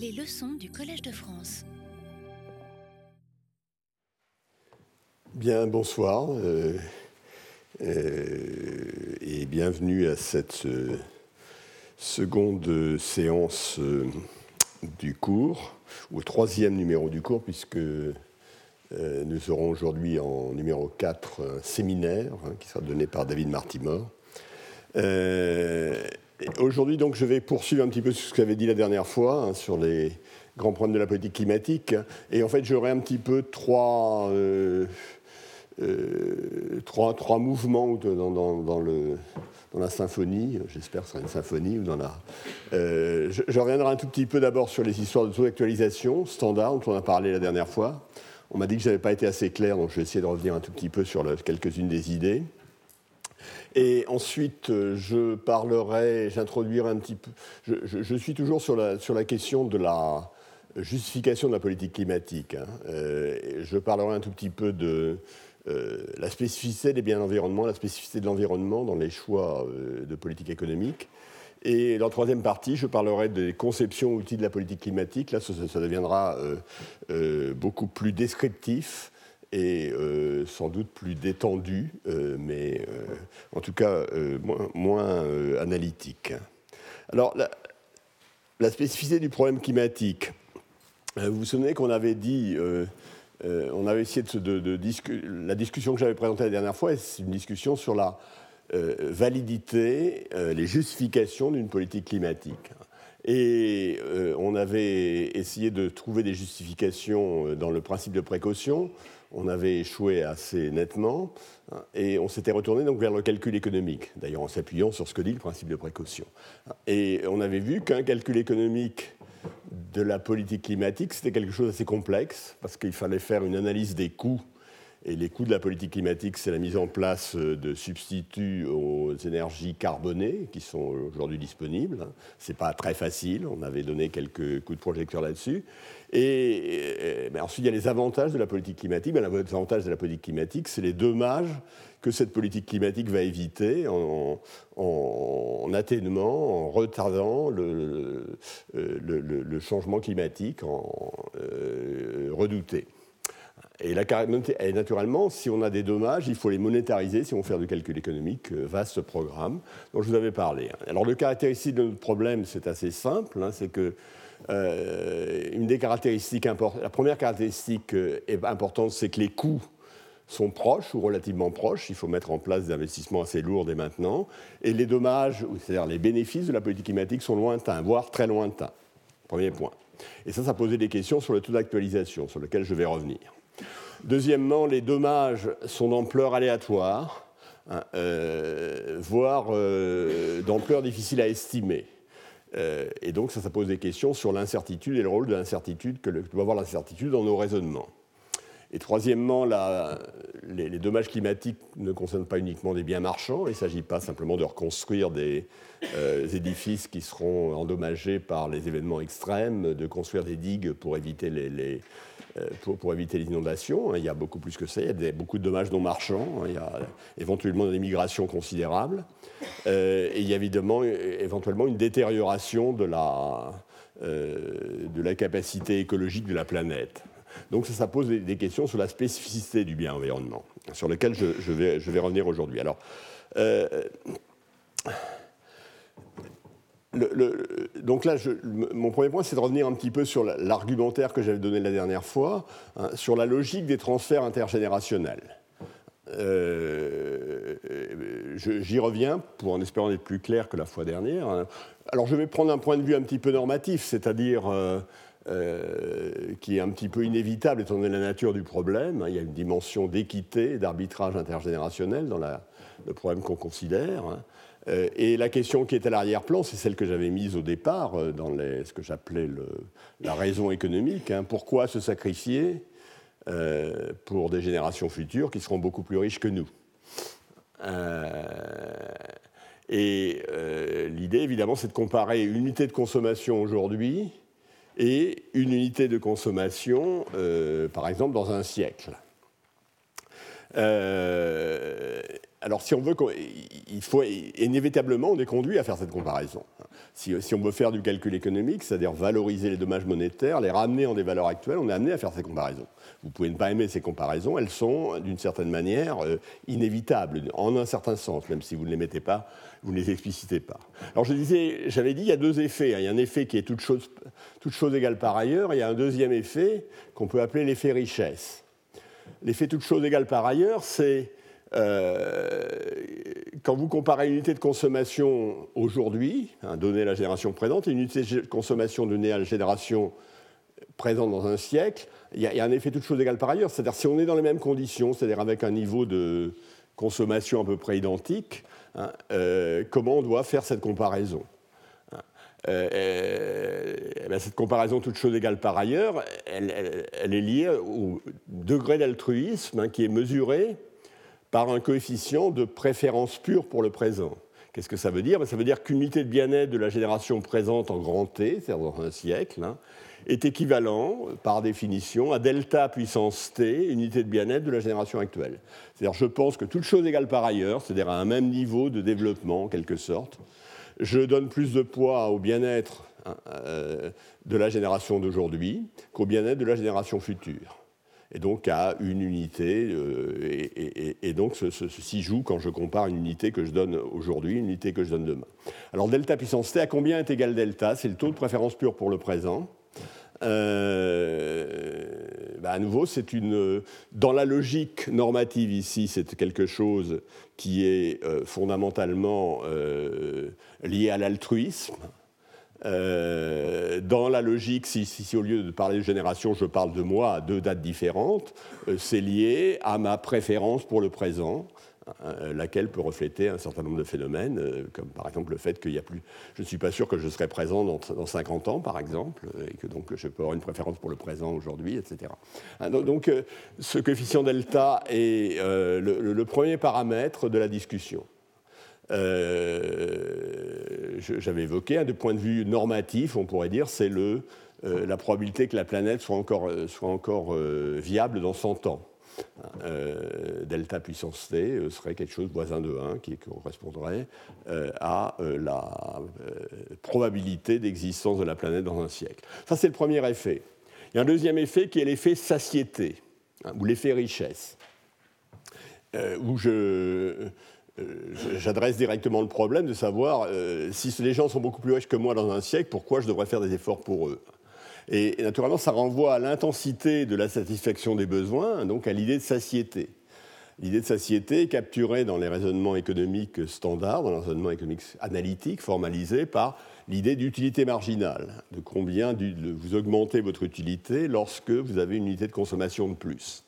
Les leçons du Collège de France. Bien, bonsoir et bienvenue à cette seconde séance du cours, ou troisième numéro du cours, puisque nous aurons aujourd'hui en numéro 4 un séminaire qui sera donné par David Martimore. Aujourd'hui, donc, je vais poursuivre un petit peu ce que j'avais dit la dernière fois sur les grands problèmes de la politique climatique. Et en fait, j'aurai un petit peu trois mouvements dans la symphonie. J'espère que ce sera une symphonie. Je reviendrai un tout petit peu d'abord sur les histoires de taux d'actualisation standard dont on a parlé la dernière fois. On m'a dit que je n'avais pas été assez clair, donc je vais essayer de revenir un tout petit peu sur quelques-unes des idées. Et ensuite, j'introduirai un petit peu. Je suis toujours sur la question de la justification de la politique climatique. Je parlerai un tout petit peu de la spécificité des biens d'environnement, la spécificité de l'environnement dans les choix de politique économique. Et dans la troisième partie, je parlerai des conceptions outils de la politique climatique. Là, ça deviendra beaucoup plus descriptif et sans doute plus détendu, mais en tout cas moins analytique. Alors, la spécificité du problème climatique, vous vous souvenez qu'on avait dit, on avait essayé la discussion que j'avais présentée la dernière fois, c'est une discussion sur la validité, les justifications d'une politique climatique. Et on avait essayé de trouver des justifications dans le principe de précaution. On avait échoué assez nettement et on s'était retourné donc vers le calcul économique, d'ailleurs en s'appuyant sur ce que dit le principe de précaution. Et on avait vu qu'un calcul économique de la politique climatique, c'était quelque chose d'assez complexe parce qu'il fallait faire une analyse des coûts. Et les coûts de la politique climatique, c'est la mise en place de substituts aux énergies carbonées qui sont aujourd'hui disponibles. Ce n'est pas très facile, on avait donné quelques coups de projecteur là-dessus. Mais ensuite, il y a les avantages de la politique climatique. Les avantages de la politique climatique, c'est les dommages que cette politique climatique va éviter en atténuant, en retardant le changement climatique redouté. Et naturellement, si on a des dommages, il faut les monétariser si on veut faire du calcul économique, vaste programme dont je vous avais parlé. Alors, le caractéristique de notre problème, c'est assez simple, c'est que une des caractéristiques la première caractéristique importante, c'est que les coûts sont proches ou relativement proches. Il faut mettre en place des investissements assez lourds dès maintenant. Et les dommages, c'est-à-dire les bénéfices de la politique climatique, sont lointains, voire très lointains. Premier point. Et ça posait des questions sur le taux d'actualisation, sur lequel je vais revenir. Deuxièmement, les dommages sont d'ampleur aléatoire, voire d'ampleur difficile à estimer. Et donc, ça pose des questions sur l'incertitude et le rôle de l'incertitude que doit avoir l'incertitude dans nos raisonnements. Et troisièmement, les dommages climatiques ne concernent pas uniquement des biens marchands. Il ne s'agit pas simplement de reconstruire des édifices qui seront endommagés par les événements extrêmes, de construire des digues pour éviter les inondations. Il y a beaucoup plus que ça. Il y a beaucoup de dommages non marchands. Il y a éventuellement des migrations considérables. Et il y a éventuellement une détérioration de la capacité écologique de la planète. Donc ça pose des questions sur la spécificité du bien environnement, sur lesquelles je vais revenir aujourd'hui. Alors, donc là, mon premier point, c'est de revenir un petit peu sur l'argumentaire que j'avais donné la dernière fois, sur la logique des transferts intergénérationnels. J'y reviens en espérant être plus clair que la fois dernière. Alors je vais prendre un point de vue un petit peu normatif, c'est-à-dire qui est un petit peu inévitable étant donné la nature du problème. Il y a une dimension d'équité et d'arbitrage intergénérationnel dans le problème qu'on considère. Et la question qui est à l'arrière-plan, c'est celle que j'avais mise au départ dans ce que j'appelais la raison économique. Pourquoi se sacrifier pour des générations futures qui seront beaucoup plus riches que nous. L'idée, évidemment, c'est de comparer une unité de consommation aujourd'hui et une unité de consommation, par exemple, dans un siècle. alors, si on veut, il faut inévitablement, on est conduit à faire cette comparaison. Si on veut faire du calcul économique, c'est-à-dire valoriser les dommages monétaires, les ramener en des valeurs actuelles, on est amené à faire ces comparaisons. Vous pouvez ne pas aimer ces comparaisons, elles sont d'une certaine manière inévitables, en un certain sens, même si vous ne les mettez pas, vous ne les explicitez pas. Alors j'avais dit, il y a deux effets. Il y a un effet qui est toute chose égale par ailleurs, et il y a un deuxième effet qu'on peut appeler l'effet richesse. L'effet toute chose égale par ailleurs, c'est quand vous comparez une unité de consommation aujourd'hui, donnée à la génération présente, et une unité de consommation donnée à la génération présente dans un siècle, il y a un effet toute chose égale par ailleurs. C'est-à-dire si on est dans les mêmes conditions, c'est-à-dire avec un niveau de consommation à peu près identique, comment on doit faire cette comparaison ? Cette comparaison toute chose égale par ailleurs, elle est liée au degré d'altruisme qui est mesuré par un coefficient de préférence pure pour le présent. Qu'est-ce que ça veut dire ? Ça veut dire qu'une unité de bien-être de la génération présente en grand T, c'est-à-dire dans un siècle, est équivalent, par définition, à delta puissance T, unité de bien-être de la génération actuelle. C'est-à-dire, je pense que toute chose égale par ailleurs, c'est-à-dire à un même niveau de développement, en quelque sorte, je donne plus de poids au bien-être de la génération d'aujourd'hui qu'au bien-être de la génération future. Et donc à une unité, et donc ceci joue quand je compare une unité que je donne aujourd'hui, une unité que je donne demain. Alors delta puissance T, à combien est égal delta ? C'est le taux de préférence pure pour le présent. À nouveau, dans la logique normative ici, c'est quelque chose qui est fondamentalement lié à l'altruisme. Dans la logique, si au lieu de parler de génération, je parle de moi à deux dates différentes, c'est lié à ma préférence pour le présent, laquelle peut refléter un certain nombre de phénomènes, comme par exemple le fait qu'il y a plus... Je ne suis pas sûr que je serai présent dans 50 ans, par exemple, et que donc je peux avoir une préférence pour le présent aujourd'hui, etc. Donc ce coefficient delta est le premier paramètre de la discussion. J'avais évoqué, du point de vue normatif, on pourrait dire, c'est la probabilité que la planète soit encore viable dans 100 ans. Delta puissance T serait quelque chose voisin de 1 qui correspondrait à la probabilité d'existence de la planète dans un siècle. Ça, c'est le premier effet. Il y a un deuxième effet qui est l'effet satiété, ou l'effet richesse, où j'adresse directement le problème de savoir si les gens sont beaucoup plus riches que moi dans un siècle, pourquoi je devrais faire des efforts pour eux. Et naturellement, ça renvoie à l'intensité de la satisfaction des besoins, donc à l'idée de satiété. L'idée de satiété est capturée dans les raisonnements économiques standards, dans les raisonnements économiques analytiques, formalisés par l'idée d'utilité marginale, de combien vous augmentez votre utilité lorsque vous avez une unité de consommation de plus.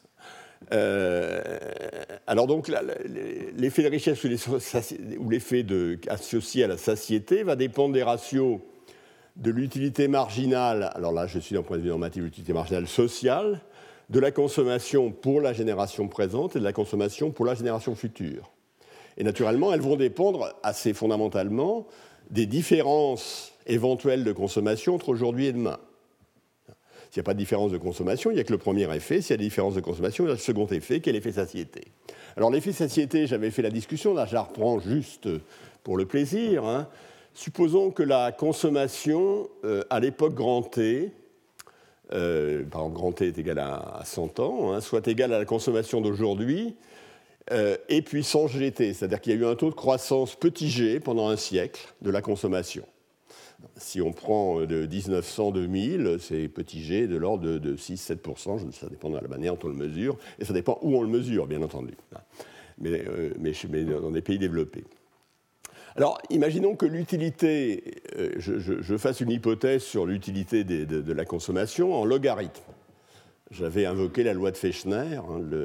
Alors donc, l'effet de richesse ou l'effet associé à la satiété va dépendre des ratios de l'utilité marginale, alors là je suis d'un point de vue normatif, l'utilité marginale sociale, de la consommation pour la génération présente et de la consommation pour la génération future. Et naturellement, elles vont dépendre assez fondamentalement des différences éventuelles de consommation entre aujourd'hui et demain. S'il n'y a pas de différence de consommation, il n'y a que le premier effet. S'il y a des différences de consommation, il y a le second effet, qui est l'effet satiété. Alors l'effet satiété, j'avais fait la discussion, là je la reprends juste pour le plaisir. Supposons que la consommation à l'époque grand T, par exemple grand T est égal à 100 ans, soit égale à la consommation d'aujourd'hui et puissance GT, c'est-à-dire qu'il y a eu un taux de croissance petit g pendant un siècle de la consommation. Si on prend de 1900-2000, c'est petit g de l'ordre de 6-7%, ça dépend de la manière dont on le mesure, et ça dépend où on le mesure, bien entendu, mais dans des pays développés. Alors, imaginons que l'utilité, je fasse une hypothèse sur l'utilité de la consommation en logarithme. J'avais invoqué la loi de Fechner,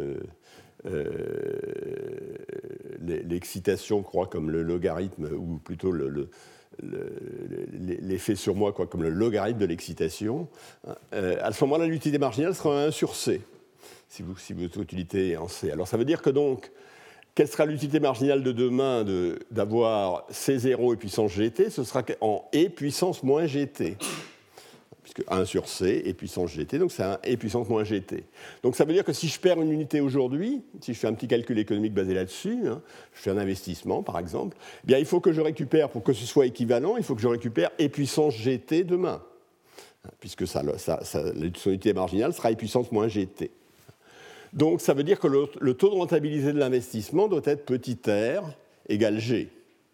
l'excitation croît comme le logarithme, ou plutôt l'effet sur moi croît comme le logarithme de l'excitation. À ce moment-là, l'utilité marginale sera 1 sur C, si votre utilité est en C. Alors, ça veut dire que donc, quelle sera l'utilité marginale de demain d'avoir C0 et puissance GT ? Ce sera en E puissance moins GT. puisque 1 sur C est puissance gt, donc c'est 1 e puissance moins gt. Donc ça veut dire que si je perds une unité aujourd'hui, si je fais un petit calcul économique basé là-dessus, je fais un investissement par exemple, eh bien il faut que je récupère, pour que ce soit équivalent, il faut que je récupère e puissance gt demain, puisque son unité marginale sera e puissance moins gt. Donc ça veut dire que le taux de rentabilité de l'investissement doit être petit r égale g.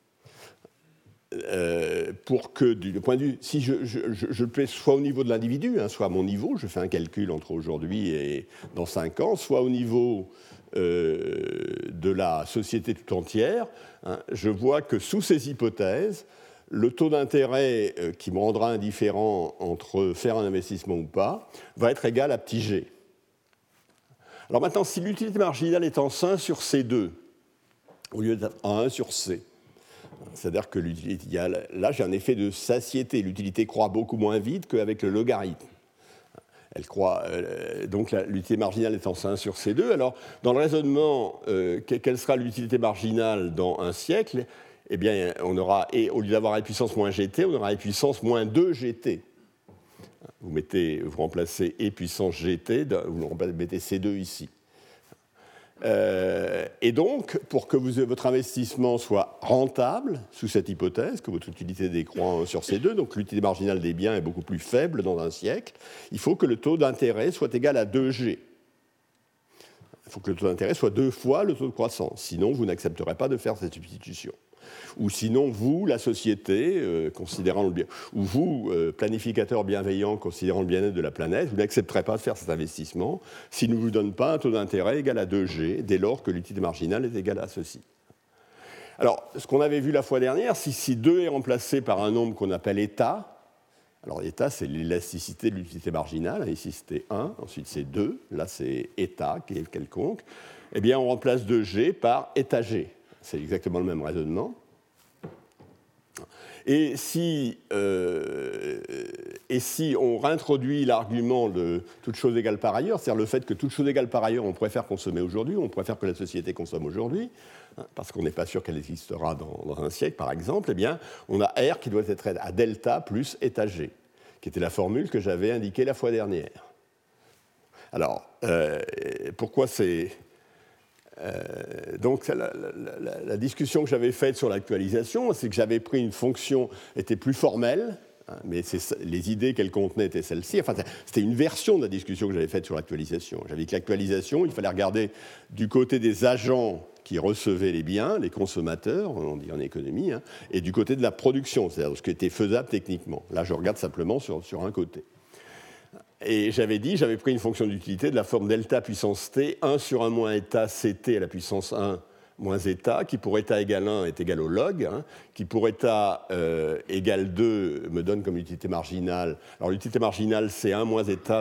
Pour que, du point de vue, si je le place soit au niveau de l'individu, soit à mon niveau, je fais un calcul entre aujourd'hui et dans 5 ans, soit au niveau de la société tout entière, je vois que sous ces hypothèses, le taux d'intérêt qui me rendra indifférent entre faire un investissement ou pas va être égal à petit g. Alors maintenant, si l'utilité marginale est en 1 sur C2, au lieu d'être en 1 sur C, c'est-à-dire que là, j'ai un effet de satiété. L'utilité croît beaucoup moins vite qu'avec le logarithme. Elle croît, donc l'utilité marginale est en 1 sur C2. Alors, dans le raisonnement, quelle sera l'utilité marginale dans un siècle ? Eh bien, on aura, au lieu d'avoir e puissance moins gt, on aura e puissance moins 2 gt. Vous remplacez e puissance gt, vous mettez C2 ici. Et donc, pour que votre investissement soit rentable, sous cette hypothèse, que votre utilité décroît sur C2, donc l'utilité marginale des biens est beaucoup plus faible dans un siècle, il faut que le taux d'intérêt soit égal à 2G. Il faut que le taux d'intérêt soit 2 fois le taux de croissance, sinon vous n'accepterez pas de faire cette substitution. Ou sinon, vous, la société, considérant le bien, ou vous, planificateur bienveillant, considérant le bien-être de la planète, vous n'accepterez pas de faire cet investissement s'il ne vous donne pas un taux d'intérêt égal à 2G, dès lors que l'utilité marginale est égale à ceci. Alors, ce qu'on avait vu la fois dernière, si 2 est remplacé par un nombre qu'on appelle état, alors état, c'est l'élasticité de l'utilité marginale, ici c'était 1, ensuite c'est 2, là c'est état, qui est quelconque, eh bien on remplace 2G par état G. C'est exactement le même raisonnement. Et si on réintroduit l'argument de toute chose égale par ailleurs, c'est-à-dire le fait que toute chose égale par ailleurs, on préfère consommer aujourd'hui, on préfère que la société consomme aujourd'hui, parce qu'on n'est pas sûr qu'elle existera dans un siècle, par exemple, eh bien, on a R qui doit être à delta plus état G, qui était la formule que j'avais indiquée la fois dernière. Alors, pourquoi c'est... donc la discussion que j'avais faite sur l'actualisation, c'est que j'avais pris une fonction qui était plus formelle, mais les idées qu'elle contenait étaient celles-ci. Enfin, c'était une version de la discussion que j'avais faite sur l'actualisation. J'avais dit que l'actualisation, il fallait regarder du côté des agents qui recevaient les biens, les consommateurs, on dit en économie, et du côté de la production, c'est-à-dire ce qui était faisable techniquement. Là, je regarde simplement sur un côté. Et j'avais pris une fonction d'utilité de la forme delta puissance t, 1 sur 1 moins état ct à la puissance 1 moins état, qui pour état égale 1 est égal au log, qui pour état égale 2 me donne comme utilité marginale. Alors l'utilité marginale, c'est 1 moins état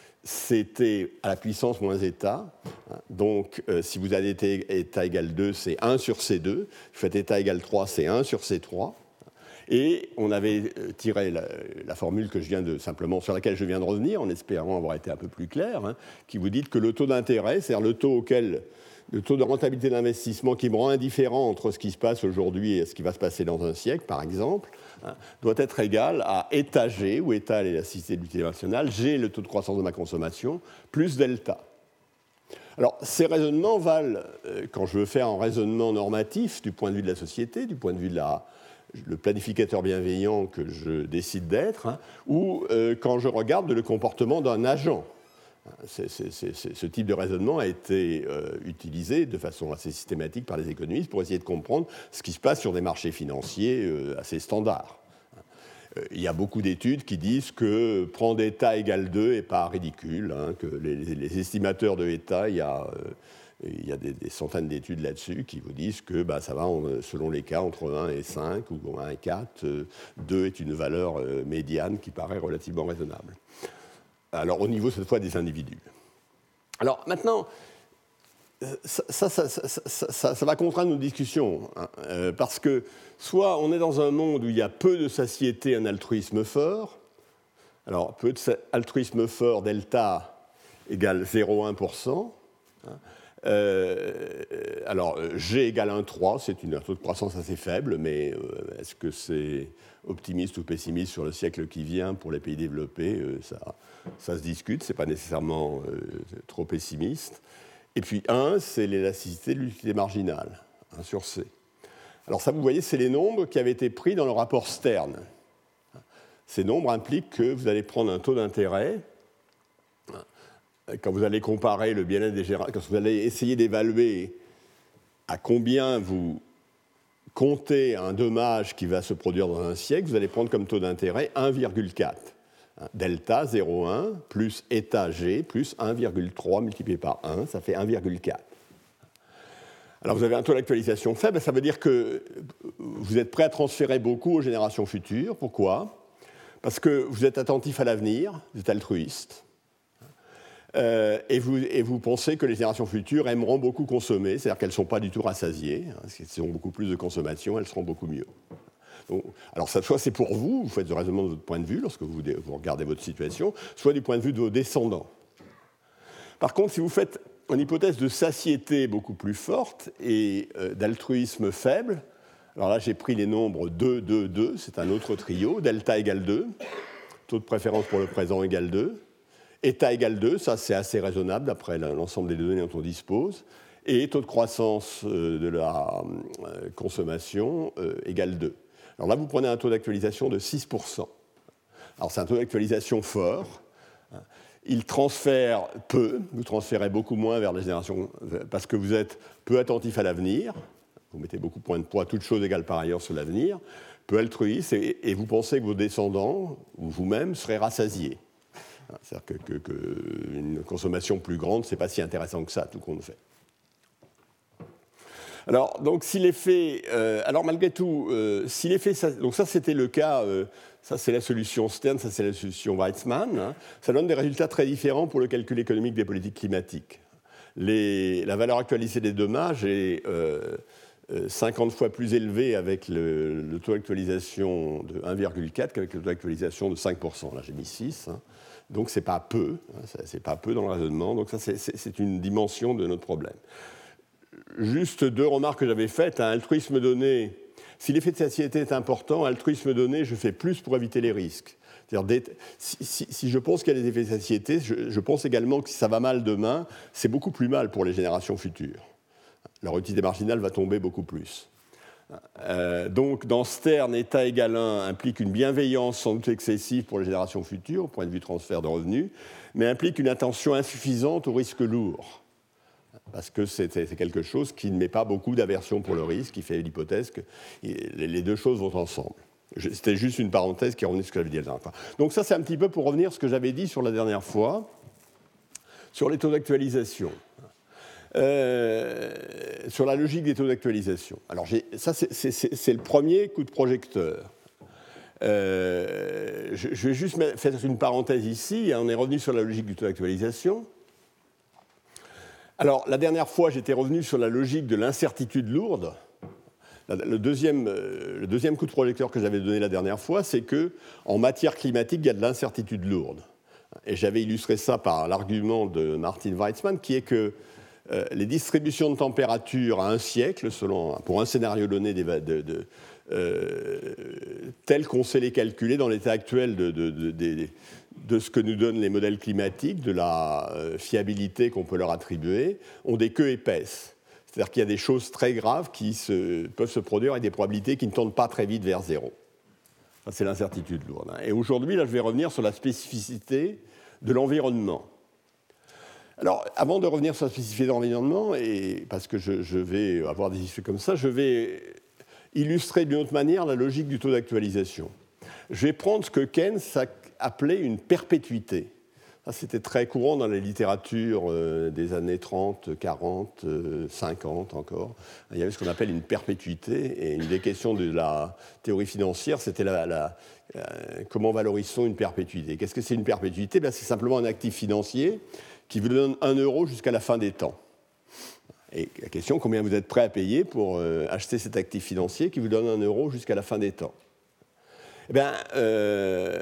ct à la puissance moins état. Donc si vous avez état égale 2, c'est 1 sur C2. Vous faites état égale 3, c'est 1 sur C3. Et on avait tiré la formule sur laquelle je viens de revenir, en espérant avoir été un peu plus clair, qui vous dit que le taux d'intérêt, c'est-à-dire le taux de rentabilité d'investissement qui me rend indifférent entre ce qui se passe aujourd'hui et ce qui va se passer dans un siècle, par exemple, doit être égal à état G, où état est l'élasticité de l'utilité nationale, G est le taux de croissance de ma consommation, plus delta. Alors, ces raisonnements valent, quand je veux faire un raisonnement normatif du point de vue de la société, du point de vue de le planificateur bienveillant que je décide d'être, ou quand je regarde le comportement d'un agent. Ce type de raisonnement a été utilisé de façon assez systématique par les économistes pour essayer de comprendre ce qui se passe sur des marchés financiers assez standards. Il y a beaucoup d'études qui disent que prendre état égale 2 n'est pas ridicule, que les estimateurs de état, il y a des centaines d'études là-dessus qui vous disent que ça va, selon les cas, entre 1 et 5 ou 1 et 4. 2 est une valeur médiane qui paraît relativement raisonnable. Alors, au niveau, cette fois, des individus. Alors, maintenant, ça va contraindre nos discussions, parce que soit on est dans un monde où il y a peu de satiété, un altruisme fort. Alors, peu de altruisme fort, delta égale 0,1%. Alors, G égale 1,3, c'est un taux de croissance assez faible, mais est-ce que c'est optimiste ou pessimiste sur le siècle qui vient pour les pays développés? Ça se discute, ce n'est pas nécessairement trop pessimiste. Et puis 1, c'est l'élasticité de l'utilité marginale, 1 sur C. Alors ça, vous voyez, c'est les nombres qui avaient été pris dans le rapport Stern. Ces nombres impliquent que vous allez prendre un taux d'intérêt, quand vous allez comparer le bien-être des générations, quand vous allez essayer d'évaluer à combien vous comptez un dommage qui va se produire dans un siècle, vous allez prendre comme taux d'intérêt 1,4. Delta 0,1 plus état G plus 1,3 multiplié par 1, ça fait 1,4. Alors vous avez un taux d'actualisation faible, ça veut dire que vous êtes prêt à transférer beaucoup aux générations futures. Pourquoi ? Parce que vous êtes attentif à l'avenir, vous êtes altruiste, et vous pensez que les générations futures aimeront beaucoup consommer, c'est-à-dire qu'elles ne sont pas du tout rassasiées, si elles ont beaucoup plus de consommation, elles seront beaucoup mieux. Donc, alors soit c'est pour vous, vous faites le raisonnement de votre point de vue lorsque vous regardez votre situation, soit du point de vue de vos descendants. Par contre, si vous faites une hypothèse de satiété beaucoup plus forte et d'altruisme faible, alors là j'ai pris les nombres 2, 2, 2, c'est un autre trio, delta égale 2, taux de préférence pour le présent égale 2, état égale 2, ça c'est assez raisonnable d'après l'ensemble des données dont on dispose, et taux de croissance de la consommation égale 2. Alors là, vous prenez un taux d'actualisation de 6%. Alors c'est un taux d'actualisation fort. Il transfère peu, vous transférez beaucoup moins vers les générations, parce que vous êtes peu attentif à l'avenir, vous mettez beaucoup de points de poids, toutes choses égales par ailleurs sur l'avenir, peu altruiste, et vous pensez que vos descendants, ou vous-même, seraient rassasiés. C'est-à-dire qu'une consommation plus grande, ce n'est pas si intéressant que ça, tout compte fait. Alors, donc, si l'effet... alors, malgré tout, si l'effet... Donc, ça, c'était le cas... ça, c'est la solution Stern, ça, c'est la solution Weizmann. Hein, ça donne des résultats très différents pour le calcul économique des politiques climatiques. La valeur actualisée des dommages est 50 fois plus élevée avec le taux d'actualisation de 1,4 qu'avec le taux d'actualisation de 5%. Là, j'ai mis 6. Hein. Donc, ce n'est pas peu. Hein, c'est pas peu dans le raisonnement. Donc, ça, c'est une dimension de notre problème. Juste 2 remarques que j'avais faites. Un altruisme donné, si l'effet de satiété est important, altruisme donné, je fais plus pour éviter les risques. C'est-à-dire, si je pense qu'il y a des effets de satiété, je pense également que si ça va mal demain, c'est beaucoup plus mal pour les générations futures. Leur utilité marginale va tomber beaucoup plus. Donc, dans Stern, état égal 1 implique une bienveillance sans doute excessive pour les générations futures, au point de vue transfert de revenus, mais implique une attention insuffisante aux risques lourds. Parce que c'est quelque chose qui ne met pas beaucoup d'aversion pour le risque, qui fait l'hypothèse que les deux choses vont ensemble. C'était juste une parenthèse qui revenait sur ce que j'avais dit la dernière fois. Donc ça, c'est un petit peu pour revenir à ce que j'avais dit sur la dernière fois, sur les taux d'actualisation. Sur la logique des taux d'actualisation. Alors ça, c'est le premier coup de projecteur. Je vais juste faire une parenthèse ici. On est revenu sur la logique du taux d'actualisation. Alors, la dernière fois, j'étais revenu sur la logique de l'incertitude lourde. Le deuxième coup de projecteur que j'avais donné la dernière fois, c'est qu'en matière climatique, il y a de l'incertitude lourde. Et j'avais illustré ça par l'argument de Martin Weizmann, qui est que les distributions de température à un siècle, pour un scénario donné tel qu'on sait les calculer dans l'état actuel de ce que nous donnent les modèles climatiques, de la fiabilité qu'on peut leur attribuer, ont des queues épaisses. C'est-à-dire qu'il y a des choses très graves qui peuvent se produire avec des probabilités qui ne tendent pas très vite vers zéro. Ça, c'est l'incertitude lourde. Et aujourd'hui, là, je vais revenir sur la spécificité de l'environnement. Alors, avant de revenir sur la spécificité de l'environnement, et parce que je vais avoir des issues comme ça, je vais illustrer d'une autre manière la logique du taux d'actualisation. Je vais prendre ce que Keynes a appelé une perpétuité. Ça, c'était très courant dans la littérature des années 30, 40, 50 encore. Il y avait ce qu'on appelle une perpétuité, et une des questions de la théorie financière, c'était comment valorise-t-on une perpétuité ? Qu'est-ce que c'est une perpétuité ? C'est simplement un actif financier qui vous donne 1 euro jusqu'à la fin des temps. Et la question, combien vous êtes prêt à payer pour acheter cet actif financier qui vous donne 1 euro jusqu'à la fin des temps ?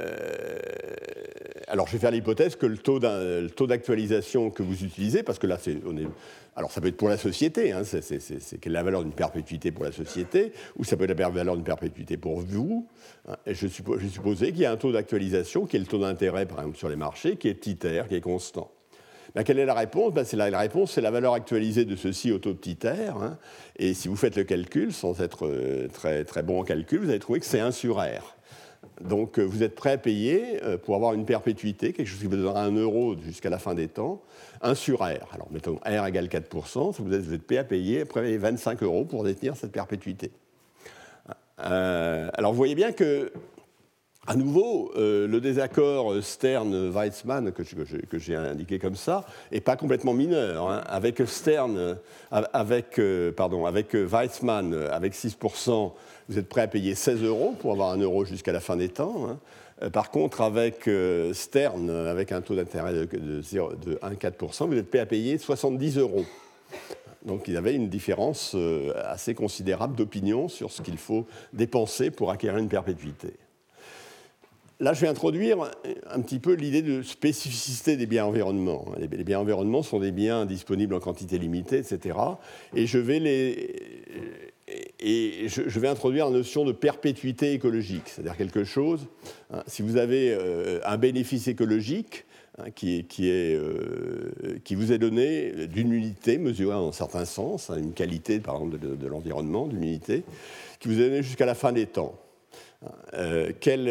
Eh bien, alors, je vais faire l'hypothèse que le taux d'actualisation que vous utilisez, parce que là, alors ça peut être pour la société, hein, c'est quelle est la valeur d'une perpétuité pour la société, ou ça peut être la valeur d'une perpétuité pour vous. Hein, et je supposais qu'il y a un taux d'actualisation, qui est le taux d'intérêt, par exemple, sur les marchés, qui est petit r, qui est constant. Ben, quelle est la réponse? La réponse, c'est la valeur actualisée de ceci au taux de petit r. Hein, et si vous faites le calcul, sans être très, très bon en calcul, vous allez trouver que c'est 1 sur r. Donc vous êtes prêt à payer pour avoir une perpétuité, quelque chose qui vous donnera 1 euro jusqu'à la fin des temps, 1 sur R. Alors mettons R égale 4%, vous êtes prêt à payer après 25 euros pour détenir cette perpétuité. Alors vous voyez bien que, à nouveau, le désaccord Stern-Weizmann, que j'ai indiqué comme ça, n'est pas complètement mineur. Hein. Avec Weizmann, avec 6%, vous êtes prêt à payer 16 euros pour avoir 1 euro jusqu'à la fin des temps. Hein. Par contre, avec Stern, avec un taux d'intérêt de 1,4%, vous êtes prêt à payer 70 euros. Donc il y avait une différence assez considérable d'opinion sur ce qu'il faut dépenser pour acquérir une perpétuité. Là, je vais introduire un petit peu l'idée de spécificité des biens environnement. Les biens environnement sont des biens disponibles en quantité limitée, etc. Et je vais introduire la notion de perpétuité écologique, c'est-à-dire quelque chose, hein, si vous avez un bénéfice écologique hein, qui vous est donné d'une unité mesurée en certain sens, hein, une qualité, par exemple, de l'environnement, d'une unité, qui vous est donnée jusqu'à la fin des temps. Quelle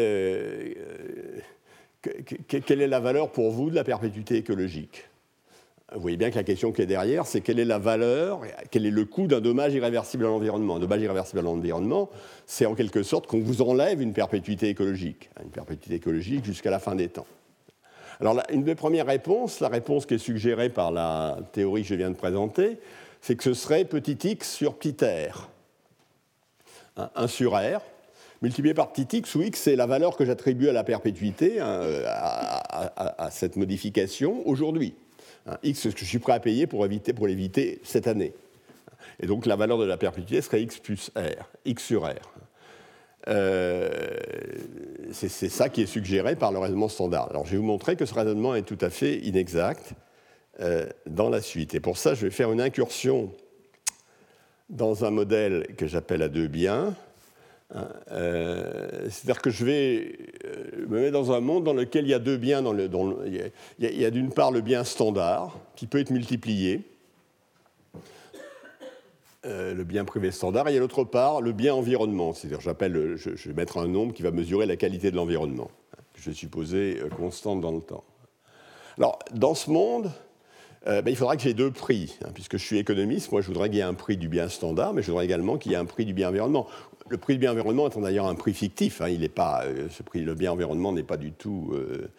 est la valeur pour vous de la perpétuité écologique? Vous voyez bien que la question qui est derrière, c'est quelle est la valeur, quel est le coût d'un dommage irréversible à l'environnement. Un dommage irréversible à l'environnement, c'est en quelque sorte qu'on vous enlève une perpétuité écologique jusqu'à la fin des temps. Alors, une des premières réponses, la réponse qui est suggérée par la théorie que je viens de présenter, c'est que ce serait petit x sur petit r. 1 sur r, multiplié par petit x, où x, c'est la valeur que j'attribue à la perpétuité, hein, à cette modification aujourd'hui. X, ce que je suis prêt à payer pour l'éviter cette année. Et donc la valeur de la perpétuité serait x plus r, x sur r. C'est ça qui est suggéré par le raisonnement standard. Alors je vais vous montrer que ce raisonnement est tout à fait inexact dans la suite. Et pour ça, je vais faire une incursion dans un modèle que j'appelle à deux biens. C'est-à-dire que je vais me mettre dans un monde dans lequel il y a deux biens. Il y a d'une part le bien standard, qui peut être multiplié, le bien privé standard, et il y a d'autre part le bien environnement. C'est-à-dire je vais mettre un nombre qui va mesurer la qualité de l'environnement, que je vais supposer constante dans le temps. Alors, dans ce monde, il faudra que j'ai deux prix, hein, puisque je suis économiste. Moi, je voudrais qu'il y ait un prix du bien standard, mais je voudrais également qu'il y ait un prix du bien environnement. Le prix du bien environnement étant d'ailleurs un prix fictif, hein, il n'est pas, le bien environnement n'est pas du tout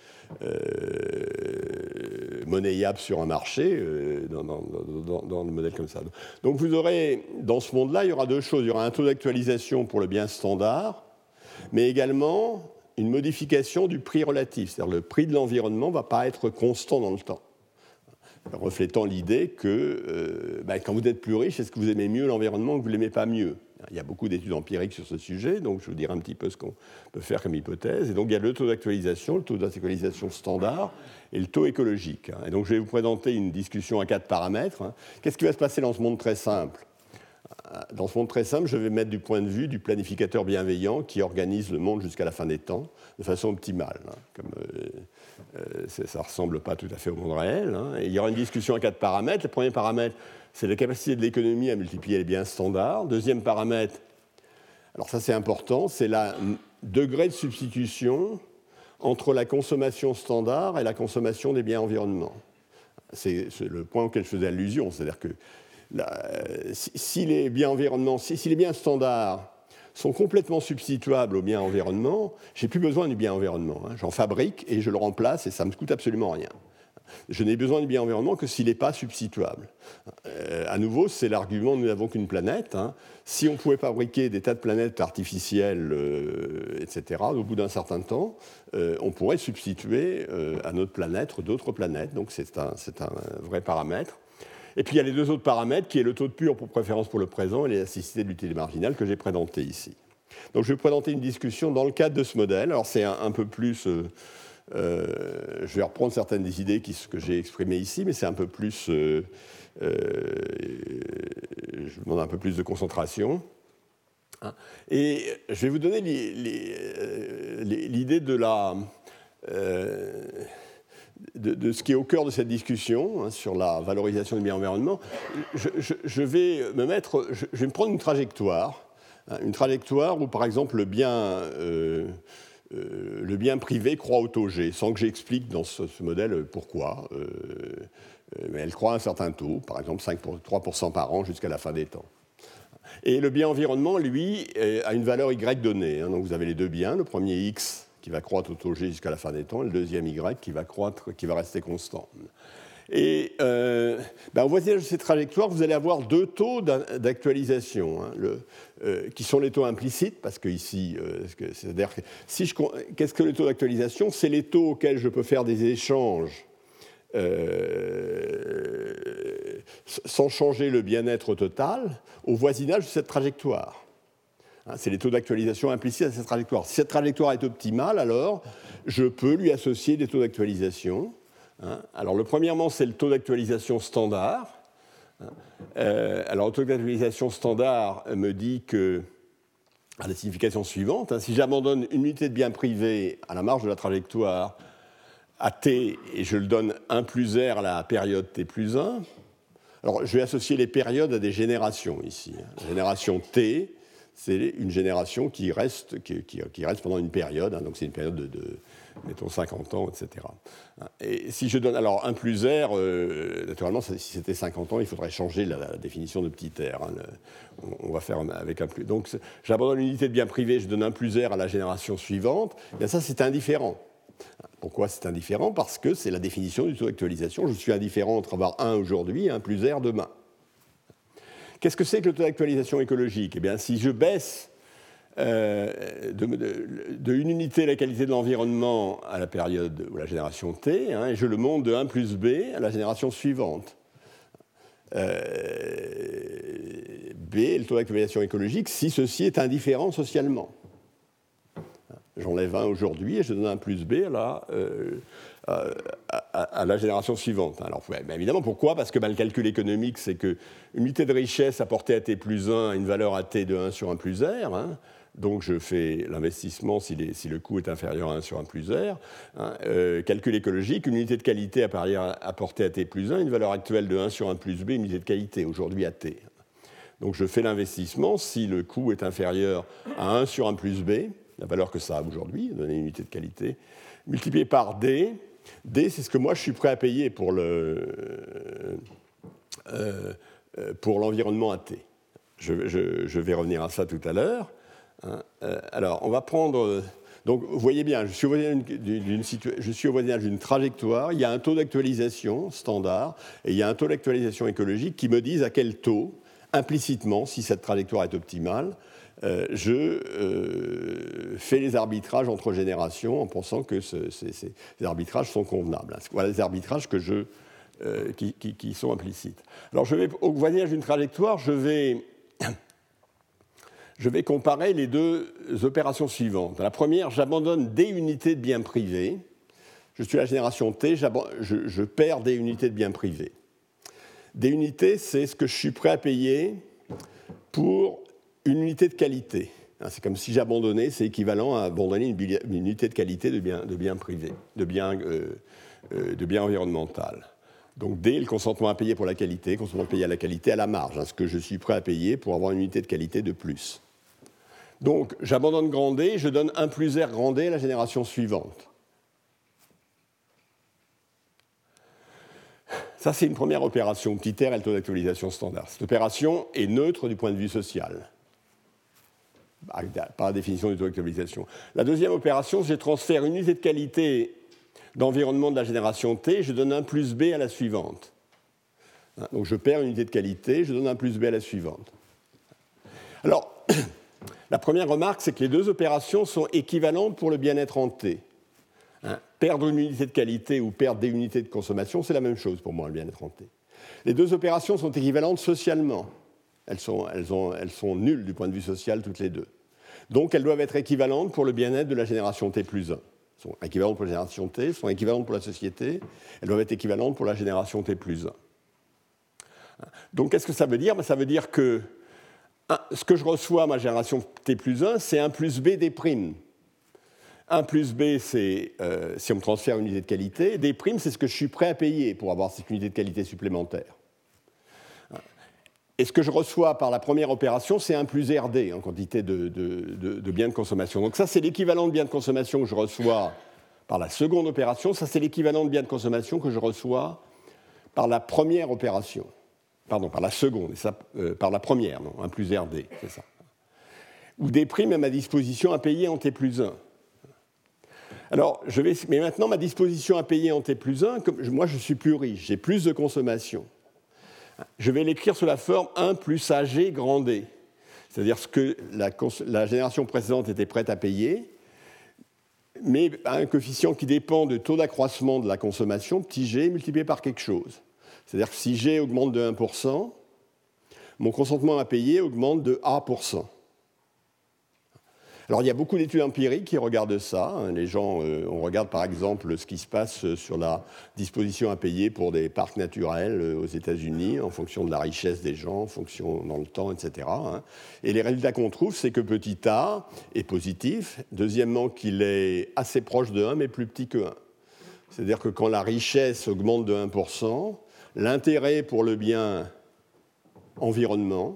monnayable sur un marché dans le modèle comme ça. Donc vous aurez, dans ce monde-là, il y aura deux choses. Il y aura un taux d'actualisation pour le bien standard, mais également une modification du prix relatif. C'est-à-dire le prix de l'environnement ne va pas être constant dans le temps, reflétant l'idée que quand vous êtes plus riche, est-ce que vous aimez mieux l'environnement ou que vous ne l'aimez pas mieux? Il y a beaucoup d'études empiriques sur ce sujet, donc je vous dirai un petit peu ce qu'on peut faire comme hypothèse. Et donc il y a le taux d'actualisation, le taux d'actualisation standard et le taux écologique. Et donc je vais vous présenter une discussion à 4 paramètres. Qu'est-ce qui va se passer dans ce monde très simple? Dans ce monde très simple, je vais mettre du point de vue du planificateur bienveillant qui organise le monde jusqu'à la fin des temps de façon optimale. Ça ne ressemble pas tout à fait au monde réel. Et il y aura une discussion à 4 paramètres. Le premier paramètre, c'est la capacité de l'économie à multiplier les biens standards. Deuxième paramètre, alors ça c'est important, c'est le degré de substitution entre la consommation standard et la consommation des biens environnement. C'est le point auquel je faisais allusion, c'est-à-dire que si les biens environnement, si les biens standards sont complètement substituables aux biens environnement, j'ai plus besoin du bien environnement. J'en fabrique et je le remplace et ça ne me coûte absolument rien. Je n'ai besoin du bien environnement que s'il n'est pas substituable. À nouveau, c'est l'argument nous n'avons qu'une planète. Si on pouvait fabriquer des tas de planètes artificielles, etc., au bout d'un certain temps, on pourrait substituer à notre planète d'autres planètes. Donc c'est un vrai paramètre. Et puis il y a les deux autres paramètres, qui est le taux de pur pour préférence pour le présent et l'élasticité de l'utilité marginale que j'ai présenté ici. Donc je vais vous présenter une discussion dans le cadre de ce modèle. Alors c'est un peu plus je vais reprendre certaines des idées que j'ai exprimées ici, mais c'est un peu plus... je vous demande un peu plus de concentration. Et je vais vous donner l'idée de ce qui est au cœur de cette discussion sur la valorisation du bien environnement. Je vais me prendre une trajectoire où, par exemple, le bien privé croît au taux G, sans que j'explique dans ce modèle pourquoi. Mais elle croît à un certain taux, par exemple 3% par an jusqu'à la fin des temps. Et le bien environnement, lui, a une valeur Y donnée. Donc vous avez les deux biens, le premier X qui va croître au taux G jusqu'à la fin des temps, et le deuxième Y qui va rester constant. Et au voisinage de ces trajectoires, vous allez avoir deux taux d'actualisation, qui sont les taux implicites, parce que ici, c'est-à-dire que qu'est-ce que le taux d'actualisation? C'est les taux auxquels je peux faire des échanges sans changer le bien-être total au voisinage de cette trajectoire. C'est les taux d'actualisation implicites à cette trajectoire. Si cette trajectoire est optimale, alors je peux lui associer des taux d'actualisation. Alors, premièrement, c'est le taux d'actualisation standard. Alors, le taux d'actualisation standard me dit que, à la signification suivante, si j'abandonne une unité de bien privé à la marge de la trajectoire à t et je le donne 1 plus r à la période t plus 1, alors je vais associer les périodes à des générations ici. La génération t, c'est une génération qui reste pendant une période, donc c'est une période de mettons 50 ans, etc. Et si je donne alors 1 plus r, naturellement, si c'était 50 ans, il faudrait changer la définition de petit r. On va faire avec 1 plus. Donc j'abandonne l'unité de bien privé, je donne 1 plus r à la génération suivante, bien ça c'est indifférent. Pourquoi c'est indifférent? Parce que c'est la définition du taux d'actualisation. Je suis indifférent entre avoir 1 aujourd'hui et 1 plus r demain. Qu'est-ce que c'est que le taux d'actualisation écologique? Eh bien, si je baisse de une unité la qualité de l'environnement à la période ou la génération t, et je le monte de 1 plus b à la génération suivante. B est le taux d'actualisation écologique si ceci est indifférent socialement. J'enlève 1 aujourd'hui et je donne 1 plus b à la génération suivante. Alors, évidemment, pourquoi? Parce que le calcul économique, c'est qu'une unité de richesse apportée à t plus 1 a une valeur à t de 1 sur 1 plus r. Donc, je fais l'investissement si le coût est inférieur à 1 sur 1 plus r. Calcul écologique, une unité de qualité apportée à t plus 1, une valeur actuelle de 1 sur 1 plus b, une unité de qualité, aujourd'hui à t. Donc, je fais l'investissement si le coût est inférieur à 1 sur 1 plus b, la valeur que ça a aujourd'hui, donner une unité de qualité, multiplié par D. D, c'est ce que moi je suis prêt à payer pour l'environnement à T. Je vais revenir à ça tout à l'heure. Alors, on va prendre... Donc, vous voyez bien, je suis au voisinage d'une trajectoire, il y a un taux d'actualisation standard, et il y a un taux d'actualisation écologique qui me disent à quel taux, implicitement, si cette trajectoire est optimale, je fais les arbitrages entre générations en pensant que ces arbitrages sont convenables. Voilà les arbitrages qui sont implicites. Alors, au voisinage d'une trajectoire, je vais comparer les deux opérations suivantes. La première, j'abandonne des unités de biens privés. Je suis à la génération T, je perds des unités de biens privés. Des unités, c'est ce que je suis prêt à payer pour une unité de qualité. C'est comme si j'abandonnais, c'est équivalent à abandonner une unité de qualité de biens privés, de biens environnemental. Donc D, le consentement à payer pour la qualité, consentement à payer à la qualité à la marge, ce que je suis prêt à payer pour avoir une unité de qualité de plus. Donc j'abandonne grand D, je donne 1 plus R grand D à la génération suivante. Ça, c'est une première opération. Petit r est le taux d'actualisation standard. Cette opération est neutre du point de vue social, par la définition du taux d'actualisation. La deuxième opération, je transfère une unité de qualité d'environnement de la génération T, je donne 1 plus B à la suivante. Donc je perds une unité de qualité, je donne 1 plus B à la suivante. Alors, la première remarque, c'est que les deux opérations sont équivalentes pour le bien-être en T. Perdre une unité de qualité ou perdre des unités de consommation, c'est la même chose pour moi, le bien-être en T. Les deux opérations sont équivalentes socialement. Elles sont nulles du point de vue social, toutes les deux. Donc, elles doivent être équivalentes pour le bien-être de la génération T plus 1. sont équivalentes pour la génération T, sont équivalentes pour la société, elles doivent être équivalentes pour la génération T plus 1. Donc qu'est-ce que ça veut dire? Ça veut dire que ce que je reçois à ma génération T plus 1, c'est 1 plus B des primes. 1 plus B, c'est si on me transfère une unité de qualité. Des primes, c'est ce que je suis prêt à payer pour avoir cette unité de qualité supplémentaire. Et ce que je reçois par la première opération, c'est 1 plus RD en quantité de biens de consommation. Donc ça, c'est l'équivalent de biens de consommation que je reçois par la seconde opération. Ça, c'est l'équivalent de biens de consommation que je reçois par la première opération. Pardon, par la seconde, et ça, par la première, non, 1 plus RD, c'est ça. Ou des primes à ma disposition à payer en T plus 1. Alors, mais maintenant, ma disposition à payer en T plus 1, moi, je suis plus riche, j'ai plus de consommation. Je vais l'écrire sous la forme 1 plus AG grand D. C'est-à-dire ce que la génération précédente était prête à payer, mais à un coefficient qui dépend du taux d'accroissement de la consommation, petit g, multiplié par quelque chose. C'est-à-dire que si g augmente de 1%, mon consentement à payer augmente de A%. Alors, il y a beaucoup d'études empiriques qui regardent ça. Les gens, on regarde par exemple ce qui se passe sur la disposition à payer pour des parcs naturels aux États-Unis, en fonction de la richesse des gens, en fonction dans le temps, etc. Et les résultats qu'on trouve, c'est que petit a est positif. Deuxièmement, qu'il est assez proche de 1, mais plus petit que 1. C'est-à-dire que quand la richesse augmente de 1%, l'intérêt pour le bien environnement,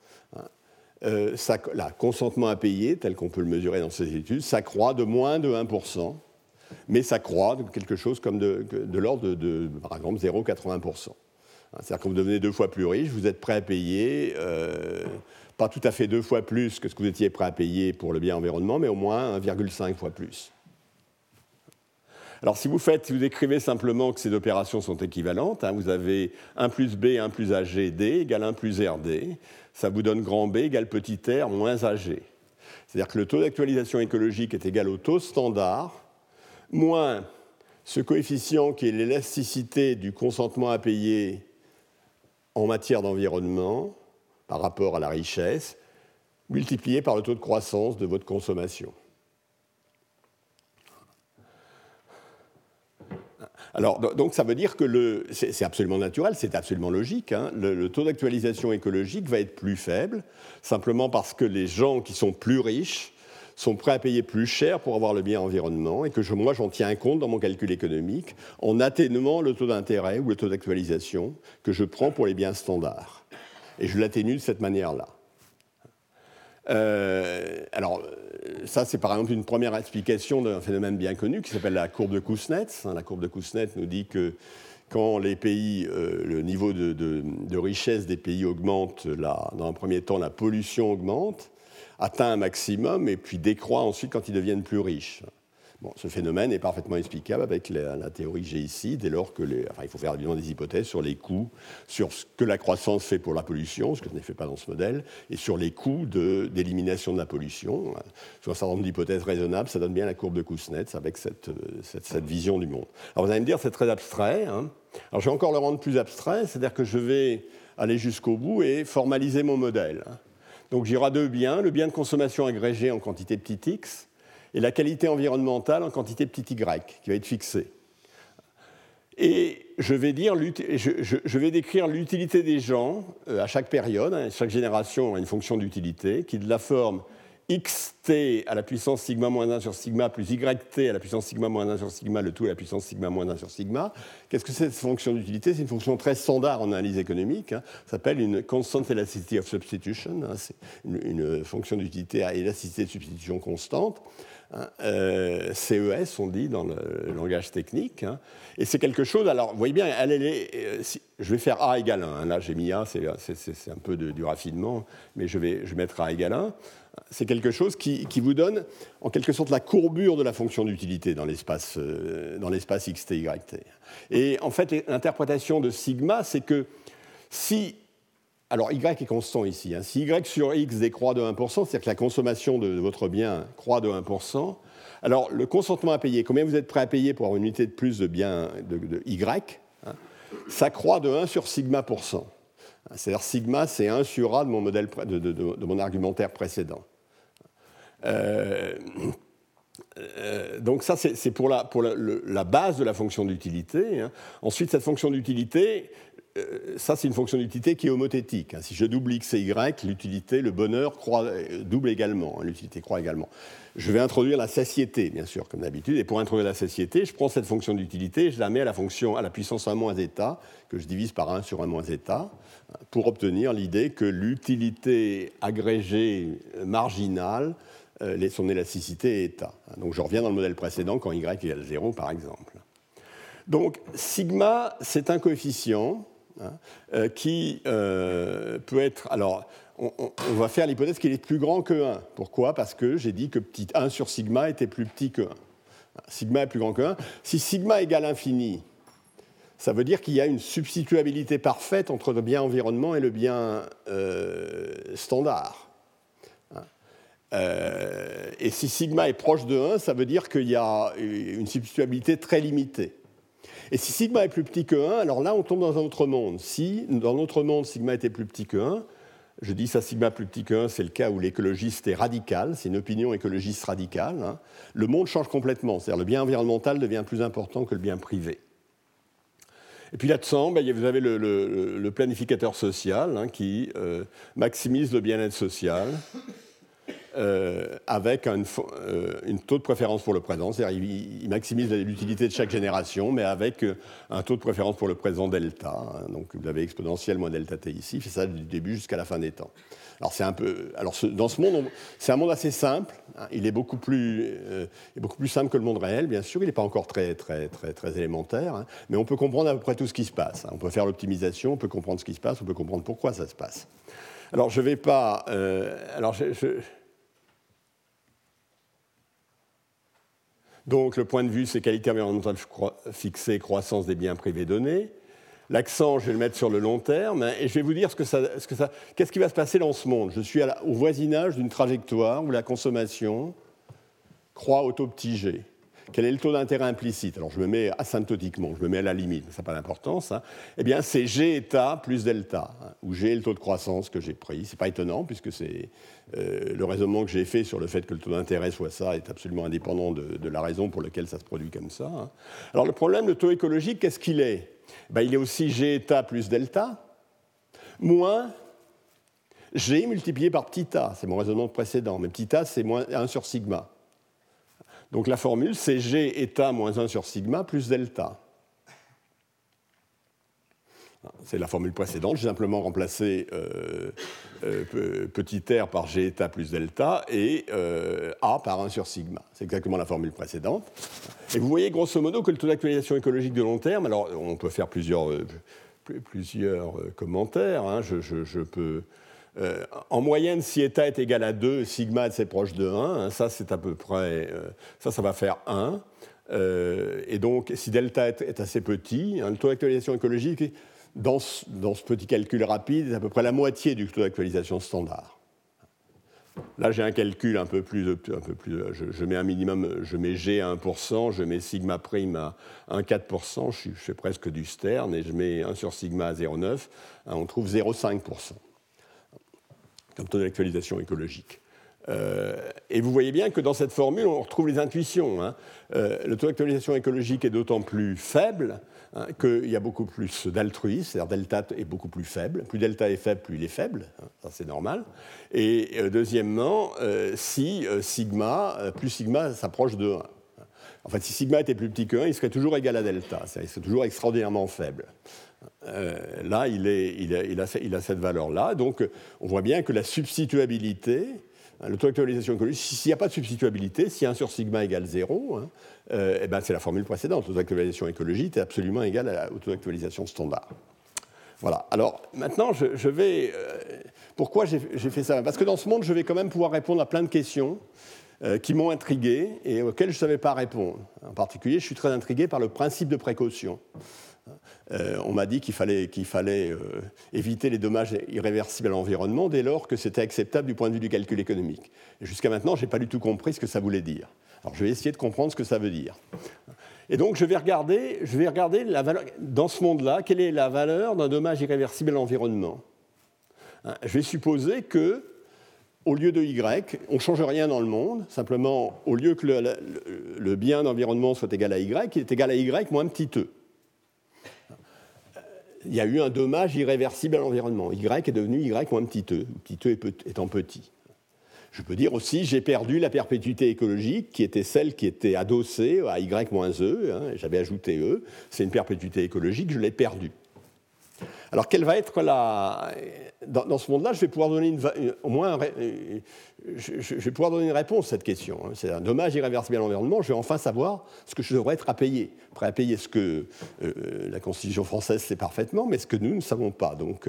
le consentement à payer, tel qu'on peut le mesurer dans ces études, s'accroît de moins de 1%, mais s'accroît de quelque chose comme de l'ordre de, par exemple, 0,80%. C'est-à-dire que quand vous devenez 2 fois plus riche, vous êtes prêt à payer, pas tout à fait 2 fois plus que ce que vous étiez prêt à payer pour le bien environnement, mais au moins 1,5 fois plus. Alors si vous écrivez simplement que ces opérations sont équivalentes, vous avez 1 plus B, 1 plus AG, D égale 1 plus RD, ça vous donne grand B égale petit r moins AG. C'est-à-dire que le taux d'actualisation écologique est égal au taux standard, moins ce coefficient qui est l'élasticité du consentement à payer en matière d'environnement par rapport à la richesse, multiplié par le taux de croissance de votre consommation. Alors, donc ça veut dire que c'est absolument naturel, c'est absolument logique. Le taux d'actualisation écologique va être plus faible, simplement parce que les gens qui sont plus riches sont prêts à payer plus cher pour avoir le bien environnement, et que moi, j'en tiens compte dans mon calcul économique en atténuant le taux d'intérêt ou le taux d'actualisation que je prends pour les biens standards. Et je l'atténue de cette manière-là. Alors, ça, c'est par exemple une première explication d'un phénomène bien connu qui s'appelle la courbe de Kuznets. La courbe de Kuznets nous dit que quand les pays, le niveau de richesse des pays augmente, dans un premier temps, la pollution augmente, atteint un maximum et puis décroît ensuite quand ils deviennent plus riches. Bon, ce phénomène est parfaitement explicable avec la théorie que j'ai ici, dès lors que il faut faire évidemment des hypothèses sur les coûts, sur ce que la croissance fait pour la pollution, ce que je n'ai fait pas dans ce modèle, et sur les coûts d'élimination de la pollution. Sur un certain nombre d'hypothèses raisonnables, ça donne bien la courbe de Kuznets avec cette vision du monde. Alors vous allez me dire, c'est très abstrait. Alors je vais encore le rendre plus abstrait, c'est-à-dire que je vais aller jusqu'au bout et formaliser mon modèle. Donc j'aurai 2 biens, le bien de consommation agrégé en quantité petit x, et la qualité environnementale en quantité petit y, qui va être fixée. Et je vais décrire l'utilité des gens à chaque période, chaque génération a une fonction d'utilité, qui est de la forme xt à la puissance sigma moins 1 sur sigma plus yt à la puissance sigma moins 1 sur sigma, le tout à la puissance sigma moins 1 sur sigma. Qu'est-ce que c'est cette fonction d'utilité? C'est une fonction très standard en analyse économique. Ça s'appelle une constant elasticity of substitution. C'est une fonction d'utilité à élasticité de substitution constante. CES, on dit dans le langage technique. Et c'est quelque chose, alors vous voyez bien, je vais faire A égale 1. Là, j'ai mis A, c'est un peu du raffinement, mais je vais mettre A égale 1. C'est quelque chose qui vous donne, en quelque sorte, la courbure de la fonction d'utilité dans l'espace xt, yt. Et en fait, l'interprétation de sigma, c'est que si... Alors, y est constant ici. Si y sur x décroît de 1%, c'est-à-dire que la consommation de votre bien croît de 1%, alors le consentement à payer, combien vous êtes prêt à payer pour avoir une unité de plus de bien de y, ça croît de 1 sur sigma %. C'est-à-dire sigma, c'est 1 sur A de mon modèle de mon argumentaire précédent. Donc ça, c'est pour la base de la fonction d'utilité. Hein. Ensuite, cette fonction d'utilité, ça, c'est une fonction d'utilité qui est homothétique. Hein. Si je double x et y, l'utilité, le bonheur double également, hein, l'utilité croît également. Je vais introduire la satiété, bien sûr, comme d'habitude. Et pour introduire la satiété, je prends cette fonction d'utilité et je la mets à la puissance 1 moins zeta, que je divise par 1 sur 1 moins zeta, pour obtenir l'idée que l'utilité agrégée marginale, son élasticité est état. Donc je reviens dans le modèle précédent quand y égale 0, par exemple. Donc sigma, c'est un coefficient qui peut être... Alors, on va faire l'hypothèse qu'il est plus grand que 1. Pourquoi ? Parce que j'ai dit que petit 1 sur sigma était plus petit que 1. Sigma est plus grand que 1. Si sigma égale infini, ça veut dire qu'il y a une substituabilité parfaite entre le bien environnement et le bien standard. Et si sigma est proche de 1, ça veut dire qu'il y a une substituabilité très limitée. Et si sigma est plus petit que 1, alors là, on tombe dans un autre monde. Si, dans notre monde, sigma était plus petit que 1, je dis ça, sigma plus petit que 1, c'est le cas où l'écologiste est radical, c'est une opinion écologiste radicale. Hein. Le monde change complètement, c'est-à-dire le bien environnemental devient plus important que le bien privé. Et puis là-dedans, vous avez le planificateur social hein, qui maximise le bien-être social avec une taux de préférence pour le présent, c'est-à-dire il maximise l'utilité de chaque génération, mais avec un taux de préférence pour le présent delta. Hein, donc vous avez exponentielle moins delta t ici, c'est ça du début jusqu'à la fin des temps. Alors dans ce monde, c'est un monde assez simple. Hein, il est beaucoup plus simple que le monde réel, bien sûr. Il n'est pas encore très élémentaire, hein, mais on peut comprendre à peu près tout ce qui se passe. Hein. On peut faire l'optimisation, on peut comprendre ce qui se passe, on peut comprendre pourquoi ça se passe. Alors je ne vais pas. Donc, le point de vue, c'est qualité environnementale fixée, croissance des biens privés donnés. L'accent, je vais le mettre sur le long terme, et je vais vous dire qu'est-ce qui va se passer dans ce monde. Je suis au voisinage d'une trajectoire où la consommation croît au taux petit g. Quel est le taux d'intérêt implicite ? Alors, je me mets asymptotiquement, je me mets à la limite, mais ça n'a pas d'importance. Hein. Eh bien, c'est G état plus delta, hein, où G est le taux de croissance que j'ai pris. Ce n'est pas étonnant, puisque c'est le raisonnement que j'ai fait sur le fait que le taux d'intérêt soit ça est absolument indépendant de la raison pour laquelle ça se produit comme ça. Hein. Alors, le problème, le taux écologique, qu'est-ce qu'il est ? Il est aussi G état plus delta, moins G multiplié par petit a. C'est mon raisonnement précédent, mais petit a, c'est moins 1 sur sigma. Donc la formule, c'est G état moins 1 sur sigma plus delta. C'est la formule précédente, j'ai simplement remplacé petit r par G état plus delta et A par 1 sur sigma. C'est exactement la formule précédente. Et vous voyez grosso modo que le taux d'actualisation écologique de long terme, alors on peut faire plusieurs commentaires, hein, je peux... en moyenne, si état est égal à 2, sigma c'est proche de 1, hein, ça c'est à peu près, ça va faire 1. Et donc, si delta est assez petit, hein, le taux d'actualisation écologique, dans ce petit calcul rapide, est à peu près la moitié du taux d'actualisation standard. Là, j'ai un calcul un peu plus je mets un minimum, je mets G à 1%, je mets sigma prime à 1,4%, je fais presque du Stern, et je mets 1 sur sigma à 0,9, hein, on trouve 0,5%. Comme taux d'actualisation écologique. Et vous voyez bien que dans cette formule, on retrouve les intuitions. Hein. Le taux d'actualisation écologique est d'autant plus faible hein, qu'il y a beaucoup plus d'altruisme, c'est-à-dire delta est beaucoup plus faible. Plus delta est faible, plus il est faible. Hein, ça, c'est normal. Et deuxièmement, si plus sigma s'approche de 1. En fait, si sigma était plus petit que 1, il serait toujours égal à delta. C'est-à-dire il serait toujours extraordinairement faible. Là, il a cette valeur-là. Donc, on voit bien que la substituabilité, le taux d'actualisation écologique, s'il n'y a pas de substituabilité, si 1 sur sigma égale 0, hein, c'est la formule précédente. Le taux d'actualisation écologique est absolument égal au taux d'actualisation standard. Voilà. Alors, maintenant, je vais... pourquoi j'ai fait ça ? Parce que dans ce monde, je vais quand même pouvoir répondre à plein de questions qui m'ont intrigué et auxquelles je ne savais pas répondre. En particulier, je suis très intrigué par le principe de précaution. On m'a dit qu'il fallait éviter les dommages irréversibles à l'environnement dès lors que c'était acceptable du point de vue du calcul économique. Et jusqu'à maintenant, je n'ai pas du tout compris ce que ça voulait dire. Alors je vais essayer de comprendre ce que ça veut dire. Et donc je vais regarder la valeur, dans ce monde-là, quelle est la valeur d'un dommage irréversible à l'environnement. Je vais supposer que au lieu de Y, on ne change rien dans le monde, simplement, au lieu que le bien d'environnement soit égal à Y, il est égal à Y moins petit e. Il y a eu un dommage irréversible à l'environnement. Y est devenu Y moins petit e étant petit. Je peux dire aussi, j'ai perdu la perpétuité écologique, qui était celle qui était adossée à Y moins E, j'avais ajouté E, c'est une perpétuité écologique, je l'ai perdue. Alors, quelle va être dans ce monde-là, je vais pouvoir donner je vais pouvoir donner une réponse à cette question. C'est un dommage irréversible à l'environnement, je vais enfin savoir ce que je devrais être prêt à payer ce que la Constitution française sait parfaitement, mais ce que nous ne savons pas. Donc,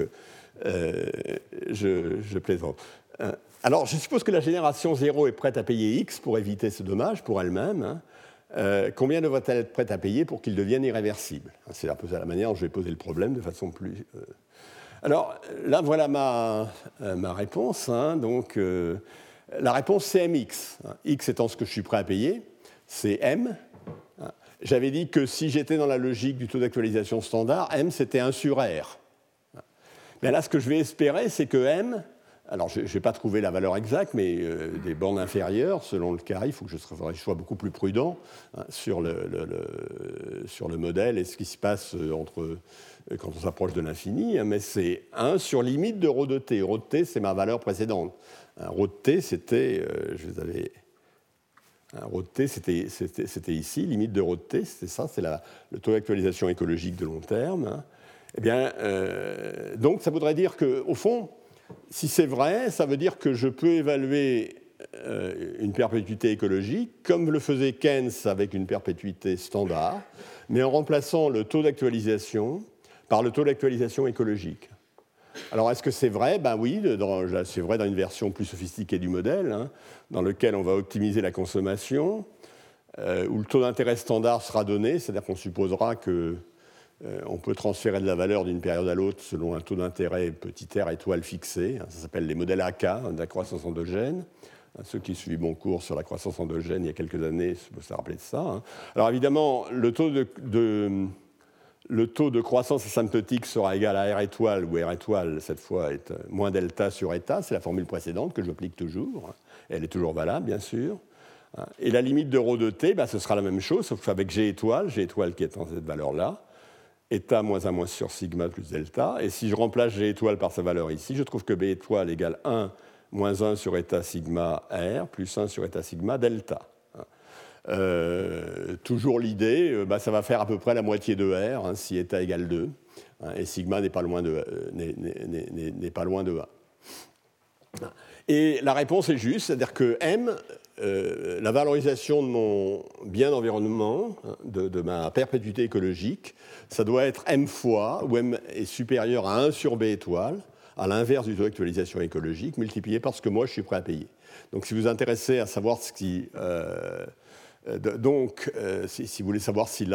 je plaisante. Alors, je suppose que la génération 0 est prête à payer X pour éviter ce dommage pour elle-même. Combien devrait-elle être prête à payer pour qu'il devienne irréversible? C'est un peu ça la manière dont je vais poser le problème de façon plus... Alors, là, voilà ma réponse. Donc, la réponse, c'est MX. X étant ce que je suis prêt à payer, c'est M. J'avais dit que si j'étais dans la logique du taux d'actualisation standard, M, c'était 1 sur R. Mais là, ce que je vais espérer, c'est que M... Alors, je ne vais pas trouver la valeur exacte, mais des bornes inférieures, selon le cas, il faut que je sois beaucoup plus prudent sur le modèle et ce qui se passe quand on s'approche de l'infini. Mais c'est 1 sur limite de ρ de t. ρ de t, c'est ma valeur précédente. ρ de t, c'était... ρ de t, c'était ici, limite de ρ de t, c'était ça, c'est le taux d'actualisation écologique de long terme. Eh bien, donc, ça voudrait dire qu'au fond... Si c'est vrai, ça veut dire que je peux évaluer une perpétuité écologique comme le faisait Keynes avec une perpétuité standard, mais en remplaçant le taux d'actualisation par le taux d'actualisation écologique. Alors, est-ce que c'est vrai? Ben oui, c'est vrai dans une version plus sophistiquée du modèle, dans lequel on va optimiser la consommation, où le taux d'intérêt standard sera donné, c'est-à-dire qu'on supposera que on peut transférer de la valeur d'une période à l'autre selon un taux d'intérêt petit r étoile fixé. Ça s'appelle les modèles AK, de la croissance endogène. Ceux qui suivent mon cours sur la croissance endogène il y a quelques années peuvent se rappeler de ça. Alors évidemment, le taux de croissance asymptotique sera égal à R étoile, où R étoile, cette fois, est moins delta sur état. C'est la formule précédente que j'applique toujours. Elle est toujours valable, bien sûr. Et la limite de ρ de t, ce sera la même chose, sauf qu'avec G étoile qui est en cette valeur-là, état moins 1 moins sur sigma plus delta. Et si je remplace G étoile par sa valeur ici, je trouve que B étoile égale 1 moins 1 sur état sigma R plus 1 sur état sigma delta. Toujours l'idée, ça va faire à peu près la moitié de R, si état égale 2. Et sigma n'est pas loin de 1. Et la réponse est juste, c'est-à-dire que M, la valorisation de mon bien d'environnement, de ma perpétuité écologique, ça doit être M fois, où M est supérieur à 1 sur B étoile, à l'inverse du taux d'actualisation écologique, multiplié par ce que moi je suis prêt à payer. Donc si vous vous intéressez à savoir ce qui... si vous voulez savoir s'il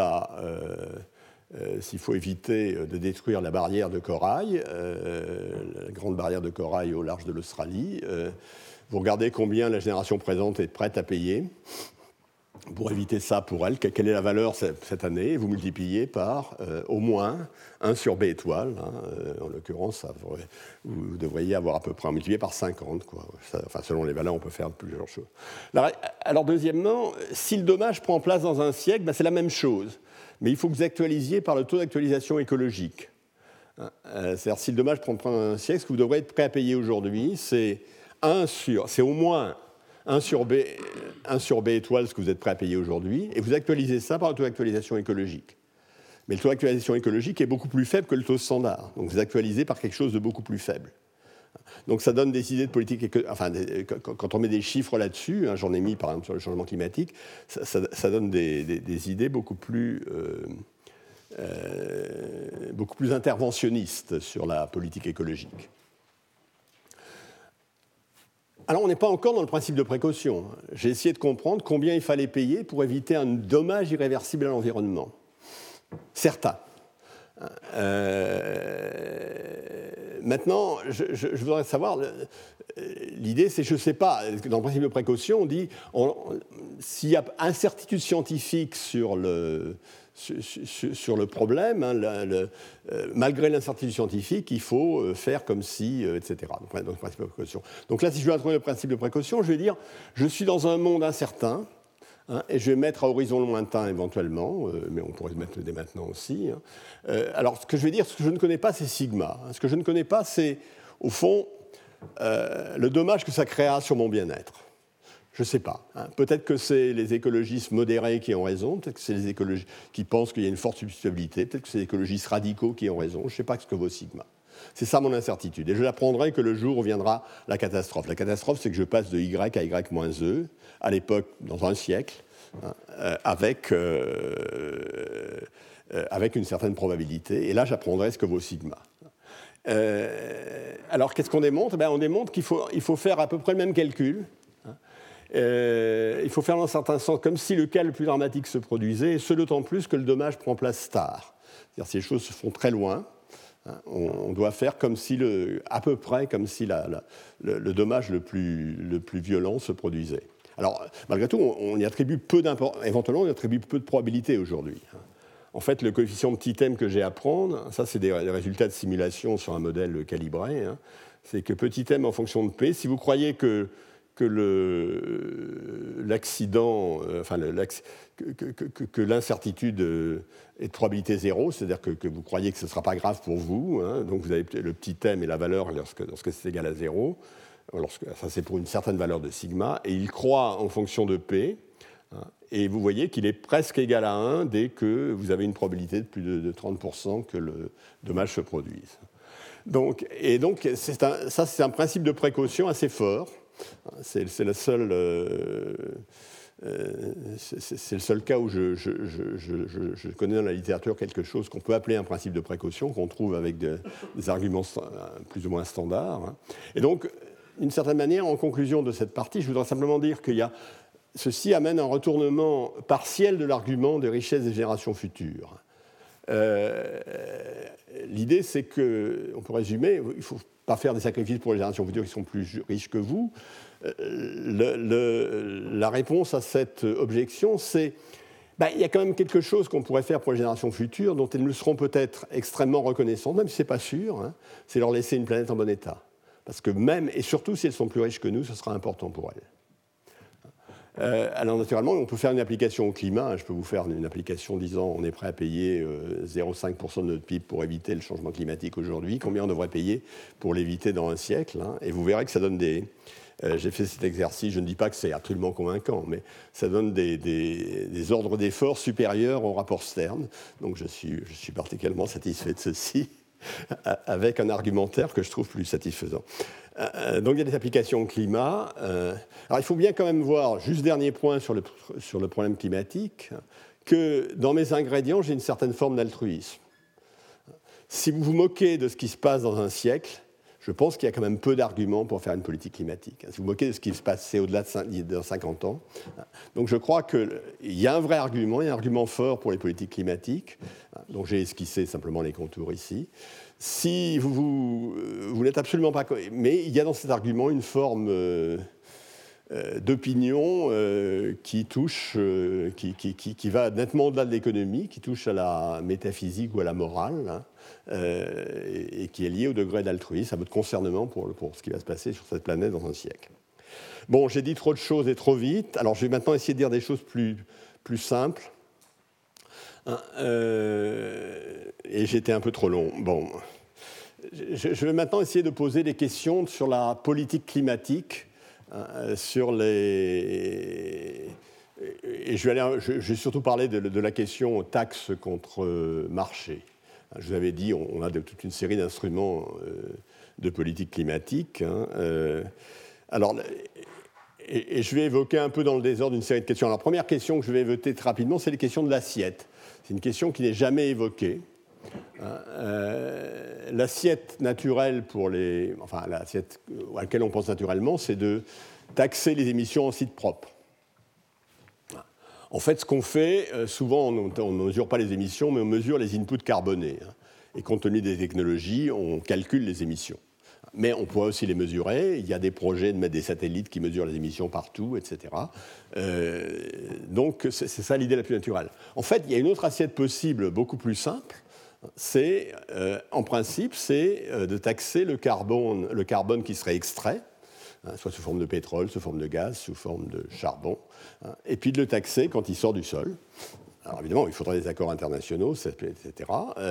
faut éviter de détruire la barrière de corail, la grande barrière de corail au large de l'Australie, vous regardez combien la génération présente est prête à payer pour éviter ça pour elle, quelle est la valeur cette année, et vous multipliez par au moins 1 sur B étoile, en l'occurrence, vous devriez avoir à peu près multiplié par 50. Selon les valeurs, on peut faire plusieurs choses. Alors deuxièmement, si le dommage prend place dans un siècle, c'est la même chose, mais il faut que vous actualisiez par le taux d'actualisation écologique. C'est-à-dire, si le dommage prend place dans un siècle, ce que vous devrez être prêt à payer aujourd'hui, c'est au moins 1 sur B étoile, ce que vous êtes prêt à payer aujourd'hui, et vous actualisez ça par le taux d'actualisation écologique. Mais le taux d'actualisation écologique est beaucoup plus faible que le taux standard. Donc vous actualisez par quelque chose de beaucoup plus faible. Donc ça donne des idées de politique... quand on met des chiffres là-dessus, j'en ai mis par exemple sur le changement climatique, ça donne des idées beaucoup plus interventionnistes sur la politique écologique. Alors, on n'est pas encore dans le principe de précaution. J'ai essayé de comprendre combien il fallait payer pour éviter un dommage irréversible à l'environnement. Certains. Maintenant, je voudrais savoir, l'idée, c'est, je ne sais pas, dans le principe de précaution, on dit, s'il y a incertitude scientifique sur le problème, hein, malgré l'incertitude scientifique, il faut faire comme si, etc. Donc, le principe de précaution. Donc là, si je veux introduire le principe de précaution, je vais dire, je suis dans un monde incertain, hein, et je vais mettre à horizon lointain éventuellement, mais on pourrait le mettre dès maintenant aussi. Hein. Alors, ce que je vais dire, ce que je ne connais pas, c'est sigma. Hein. Ce que je ne connais pas, c'est, au fond, le dommage que ça créera sur mon bien-être. Je ne sais pas. Hein. Peut-être que c'est les écologistes modérés qui ont raison, peut-être que c'est les écologistes qui pensent qu'il y a une forte substituabilité, peut-être que c'est les écologistes radicaux qui ont raison. Je ne sais pas ce que vaut sigma. C'est ça mon incertitude. Et je l'apprendrai que le jour où viendra la catastrophe. La catastrophe, c'est que je passe de Y à Y moins E, à l'époque, dans un siècle, hein, avec une certaine probabilité. Et là, j'apprendrai ce que vaut sigma. Alors, qu'est-ce qu'on démontre ? On démontre qu'il faut faire à peu près le même calcul. Il faut faire dans un certain sens comme si le cas le plus dramatique se produisait, et ce d'autant plus que le dommage prend place tard. C'est-à-dire si les choses se font très loin, hein, on doit faire comme si à peu près comme si le dommage le plus violent se produisait. Alors, malgré tout, on y attribue éventuellement, on y attribue peu de probabilité aujourd'hui. En fait, le coefficient de petit m que j'ai à prendre, ça c'est des résultats de simulation sur un modèle calibré, hein, c'est que petit m en fonction de p, si vous croyez que l'accident, que l'incertitude est de probabilité zéro, c'est-à-dire que vous croyez que ce ne sera pas grave pour vous, hein, donc vous avez le petit m et la valeur lorsque c'est égal à zéro, ça c'est pour une certaine valeur de sigma, et il croît en fonction de p, hein, et vous voyez qu'il est presque égal à 1 dès que vous avez une probabilité de plus de 30% que le dommage se produise. Donc, c'est un principe de précaution assez fort. C'est le seul cas où je connais dans la littérature quelque chose qu'on peut appeler un principe de précaution, qu'on trouve avec des arguments plus ou moins standards. Hein. Et donc, d'une certaine manière, en conclusion de cette partie, je voudrais simplement dire que ceci amène un retournement partiel de l'argument des richesses des générations futures. L'idée, c'est qu'on peut résumer, il ne faut pas faire des sacrifices pour les générations futures qui sont plus riches que vous. La réponse à cette objection, c'est il y a quand même quelque chose qu'on pourrait faire pour les générations futures dont elles nous seront peut-être extrêmement reconnaissantes, même si ce n'est pas sûr, hein, c'est leur laisser une planète en bon état. Parce que même, et surtout si elles sont plus riches que nous, ce sera important pour elles. Alors naturellement, on peut faire une application au climat. Je peux vous faire une application disant on est prêt à payer 0,5% de notre PIB pour éviter le changement climatique aujourd'hui. Combien on devrait payer pour l'éviter dans un siècle, hein. Et vous verrez que ça donne j'ai fait cet exercice, je ne dis pas que c'est absolument convaincant, mais ça donne des ordres d'effort supérieurs au rapport Stern. Donc je suis particulièrement satisfait de ceci, avec un argumentaire que je trouve plus satisfaisant. Donc il y a des applications au climat. Alors il faut bien quand même voir, juste dernier point sur le problème climatique, que dans mes ingrédients, j'ai une certaine forme d'altruisme. Si vous vous moquez de ce qui se passe dans un siècle, je pense qu'il y a quand même peu d'arguments pour faire une politique climatique. Si vous vous moquez de ce qui se passe au-delà de 50 ans. Donc je crois qu'il y a un vrai argument, il y a un argument fort pour les politiques climatiques, dont j'ai esquissé simplement les contours ici. Si vous n'êtes absolument pas... Mais il y a dans cet argument une forme d'opinion qui touche, qui va nettement au-delà de l'économie, qui touche à la métaphysique ou à la morale, hein, et qui est liée au degré d'altruisme, à votre concernement pour ce qui va se passer sur cette planète dans un siècle. Bon, j'ai dit trop de choses et trop vite, alors je vais maintenant essayer de dire des choses plus simples. Et j'étais un peu trop long. Bon, je vais maintenant essayer de poser des questions sur la politique climatique, sur les... Et je vais surtout parler de la question taxe contre marché. Je vous avais dit, on a toute une série d'instruments de politique climatique. Hein, alors, et je vais évoquer un peu dans le désordre une série de questions. Alors, la première question que je vais évoquer très rapidement, c'est les questions de l'assiette. C'est une question qui n'est jamais évoquée. L'assiette naturelle l'assiette à laquelle on pense naturellement, c'est de taxer les émissions en site propre. En fait, ce qu'on fait, souvent, on ne mesure pas les émissions, mais on mesure les inputs carbonés. Et compte tenu des technologies, on calcule les émissions. Mais on pourrait aussi les mesurer. Il y a des projets de mettre des satellites qui mesurent les émissions partout, etc. Donc, c'est ça l'idée la plus naturelle. En fait, il y a une autre assiette possible, beaucoup plus simple. En principe, c'est de taxer le carbone qui serait extrait, soit sous forme de pétrole, sous forme de gaz, sous forme de charbon, et puis de le taxer quand il sort du sol. Alors évidemment, il faudrait des accords internationaux, etc.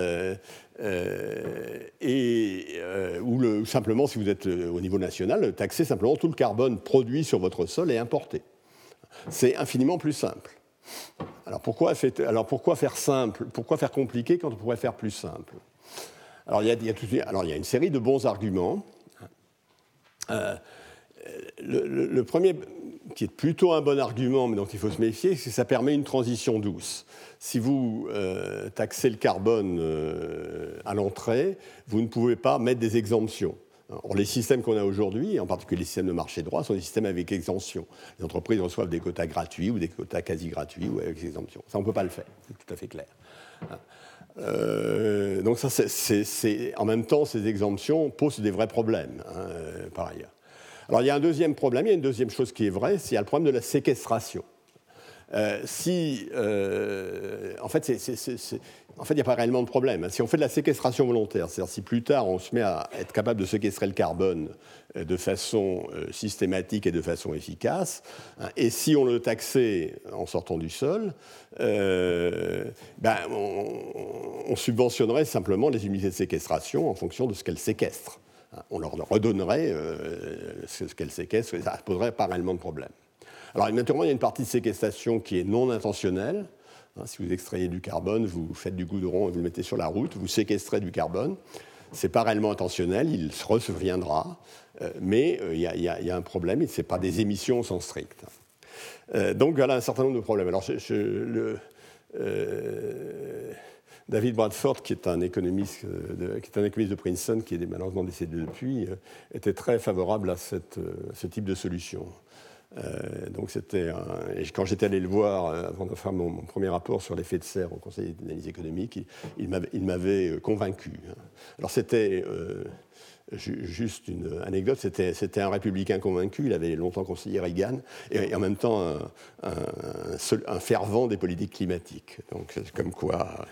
Ou simplement, si vous êtes au niveau national, taxer simplement tout le carbone produit sur votre sol et importé. C'est infiniment plus simple. Alors pourquoi faire simple? Pourquoi faire compliqué quand on pourrait faire plus simple? Alors il y a une série de bons arguments. Le premier, qui est plutôt un bon argument, mais dont il faut se méfier, c'est que ça permet une transition douce. Si vous taxez le carbone à l'entrée, vous ne pouvez pas mettre des exemptions. Or, les systèmes qu'on a aujourd'hui, en particulier les systèmes de marché droit, sont des systèmes avec exemption. Les entreprises reçoivent des quotas gratuits ou des quotas quasi gratuits ou avec exemption. Ça, on ne peut pas le faire, c'est tout à fait clair. Donc ça, en même temps, ces exemptions posent des vrais problèmes, par ailleurs. Alors il y a un deuxième problème, il y a une deuxième chose qui est vraie, c'est qu'il y a le problème de la séquestration. En fait, il n'y a pas réellement de problème. Si on fait de la séquestration volontaire, c'est-à-dire si plus tard on se met à être capable de séquestrer le carbone de façon systématique et de façon efficace, et si on le taxait en sortant du sol, on subventionnerait simplement les unités de séquestration en fonction de ce qu'elles séquestrent. On leur redonnerait ce qu'elles séquestrent, et ça ne poserait pas réellement de problème. Alors naturellement, il y a une partie de séquestration qui est non intentionnelle. Si vous extrayez du carbone, vous faites du goudron et vous le mettez sur la route, vous séquestrez du carbone. Ce n'est pas réellement intentionnel, il se reviendra, mais il y a un problème, et ce n'est pas des émissions au sens strict. Donc voilà un certain nombre de problèmes. Alors David Bradford, qui est un économiste de Princeton, qui est malheureusement décédé depuis, était très favorable à ce type de solution. Donc et quand j'étais allé le voir avant de faire mon premier rapport sur l'effet de serre au Conseil d'analyse économique, il m'avait convaincu. Alors c'était juste une anecdote, c'était un républicain convaincu, il avait longtemps conseillé Reagan, et en même temps un fervent des politiques climatiques. Donc c'est comme quoi.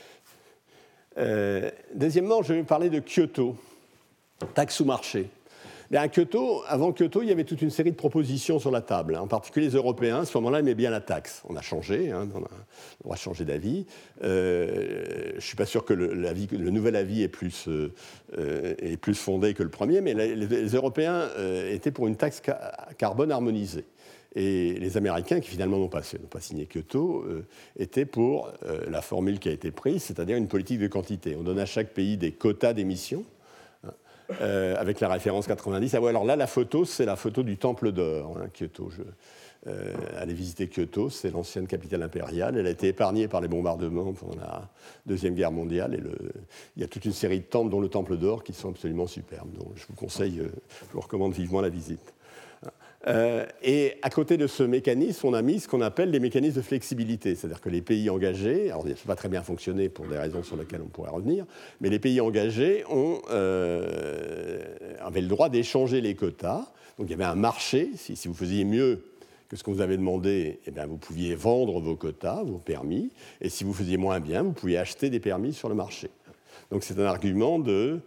Deuxièmement, je vais parler de Kyoto, taxe sous marché. Avant Kyoto, il y avait toute une série de propositions sur la table. En particulier, les Européens, à ce moment-là, aimaient bien la taxe. On a changé, on a changé d'avis. Je ne suis pas sûr que le nouvel avis est plus fondé que le premier, mais les Européens étaient pour une taxe carbone harmonisée. Et les Américains, qui finalement n'ont pas signé Kyoto, étaient pour la formule qui a été prise, c'est-à-dire une politique de quantité. On donne à chaque pays des quotas d'émissions, avec la référence 90. Ah ouais, alors là, la photo, c'est la photo du Temple d'Or, Kyoto. Allez visiter Kyoto, c'est l'ancienne capitale impériale. Elle a été épargnée par les bombardements pendant la Deuxième Guerre mondiale. Et il y a toute une série de temples, dont le Temple d'Or, qui sont absolument superbes. Donc je vous recommande vivement la visite. Et à côté de ce mécanisme, on a mis ce qu'on appelle des mécanismes de flexibilité, c'est-à-dire que les pays engagés, alors ça n'a pas très bien fonctionné pour des raisons sur lesquelles on pourrait revenir, mais les pays engagés avaient le droit d'échanger les quotas. Donc il y avait un marché, si vous faisiez mieux que ce qu'on vous avait demandé, eh bien, vous pouviez vendre vos quotas, vos permis, et si vous faisiez moins bien, vous pouviez acheter des permis sur le marché. Donc c'est un argument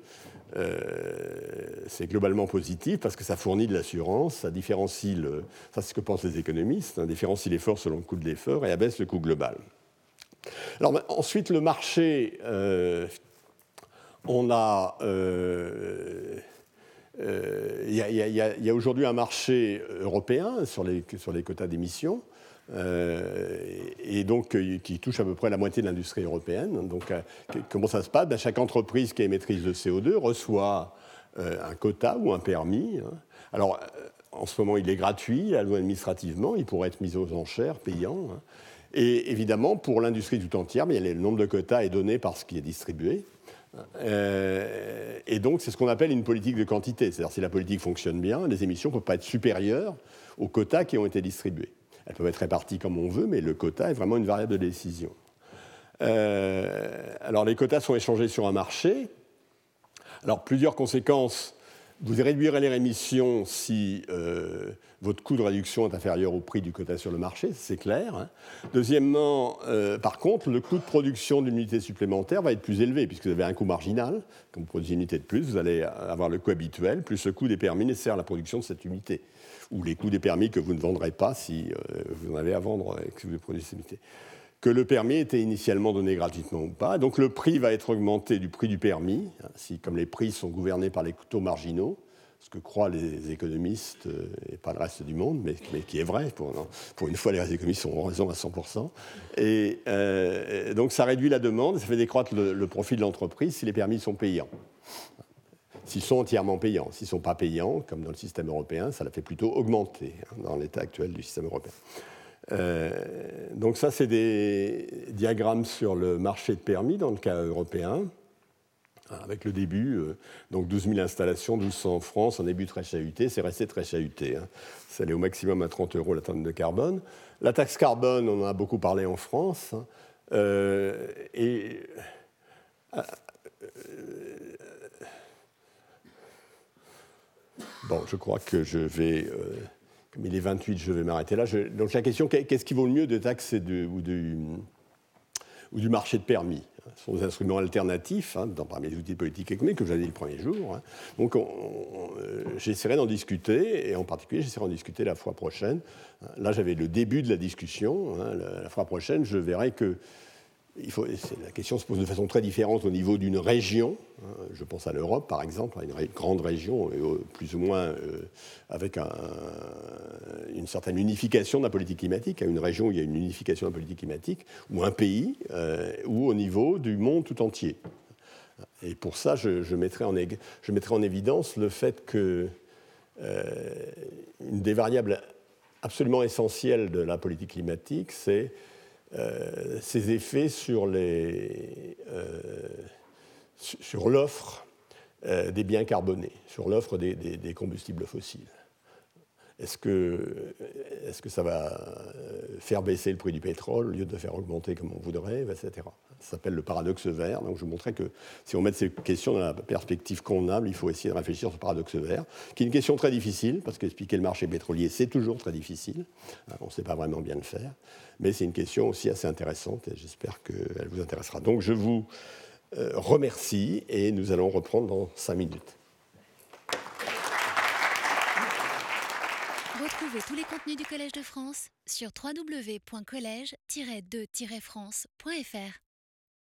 c'est globalement positif parce que ça fournit de l'assurance, ça différencie ça c'est ce que pensent les économistes, différencie l'effort selon le coût de l'effort et abaisse le coût global. Alors ensuite le marché, il y a aujourd'hui un marché européen sur les quotas d'émissions. Et donc qui touche à peu près la moitié de l'industrie européenne. Donc, comment ça se passe? Chaque entreprise qui est émettrice de CO2 reçoit un quota ou un permis. Alors, en ce moment, il est gratuit, administrativement, il pourrait être mis aux enchères, payant. Et évidemment, pour l'industrie tout entière, le nombre de quotas est donné par ce qui est distribué. Et donc, c'est ce qu'on appelle une politique de quantité. C'est-à-dire, si la politique fonctionne bien, les émissions ne peuvent pas être supérieures aux quotas qui ont été distribués. Elles peuvent être réparties comme on veut, mais le quota est vraiment une variable de décision. Alors, les quotas sont échangés sur un marché. Alors, plusieurs conséquences Vous réduirez les émissions si votre coût de réduction est inférieur au prix du quota sur le marché, c'est clair. Hein. Deuxièmement, par contre, le coût de production d'une unité supplémentaire va être plus élevé, puisque vous avez un coût marginal. Quand vous produisez une unité de plus, vous allez avoir le coût habituel, plus le coût des permis nécessaires à la production de cette unité, ou les coûts des permis que vous ne vendrez pas si vous en avez à vendre et que vous produisez cette unité. Que le permis était initialement donné gratuitement ou pas. Donc le prix va être augmenté du prix du permis, hein, si, comme les prix sont gouvernés par les taux marginaux, ce que croient les économistes et pas le reste du monde, mais qui est vrai. Pour une fois, les économistes ont raison à 100%. Et donc ça réduit la demande, ça fait décroître le profit de l'entreprise si les permis sont payants. S'ils sont entièrement payants. S'ils ne sont pas payants, comme dans le système européen, ça la fait plutôt augmenter hein, dans l'état actuel du système européen. Donc ça, c'est des diagrammes sur le marché de permis dans le cas européen, avec le début, donc 12 000 installations, 1200 en France, en début très chahuté, c'est resté très chahuté. Hein. C'est allé au maximum à 30 € la tonne de carbone. La taxe carbone, on en a beaucoup parlé en France. Hein, bon, je crois que je vais... Comme il est 28, je vais m'arrêter là. Donc la question, qu'est-ce qui vaut le mieux de taxes ou du marché de permis? Ce sont des instruments alternatifs hein, parmi les outils de politique économique, comme j'avais dit le premier jour. Hein. Donc j'essaierai d'en discuter, et en particulier, j'essaierai d'en discuter la fois prochaine. Là, j'avais le début de la discussion. Hein. La fois prochaine, je verrai que la question se pose de façon très différente au niveau d'une région. Je pense à l'Europe, par exemple, à une grande région, plus ou moins avec une certaine unification de la politique climatique, à une région où il y a une unification de la politique climatique, ou un pays, ou au niveau du monde tout entier. Et pour ça, je mettrai en évidence le fait que une des variables absolument essentielles de la politique climatique, c'est ses effets sur l'offre des biens carbonés, sur l'offre des combustibles fossiles. Est-ce que ça va faire baisser le prix du pétrole au lieu de le faire augmenter comme on voudrait, etc. Ça s'appelle le paradoxe vert. Donc je vous montrais que si on met ces questions dans la perspective convenable, il faut essayer de réfléchir sur ce paradoxe vert, qui est une question très difficile, parce qu'expliquer le marché pétrolier, c'est toujours très difficile. On ne sait pas vraiment bien le faire. Mais c'est une question aussi assez intéressante, et j'espère qu'elle vous intéressera. Donc je vous remercie, et nous allons reprendre dans 5 minutes. Retrouvez tous les contenus du Collège de France sur www.collège-2-france.fr.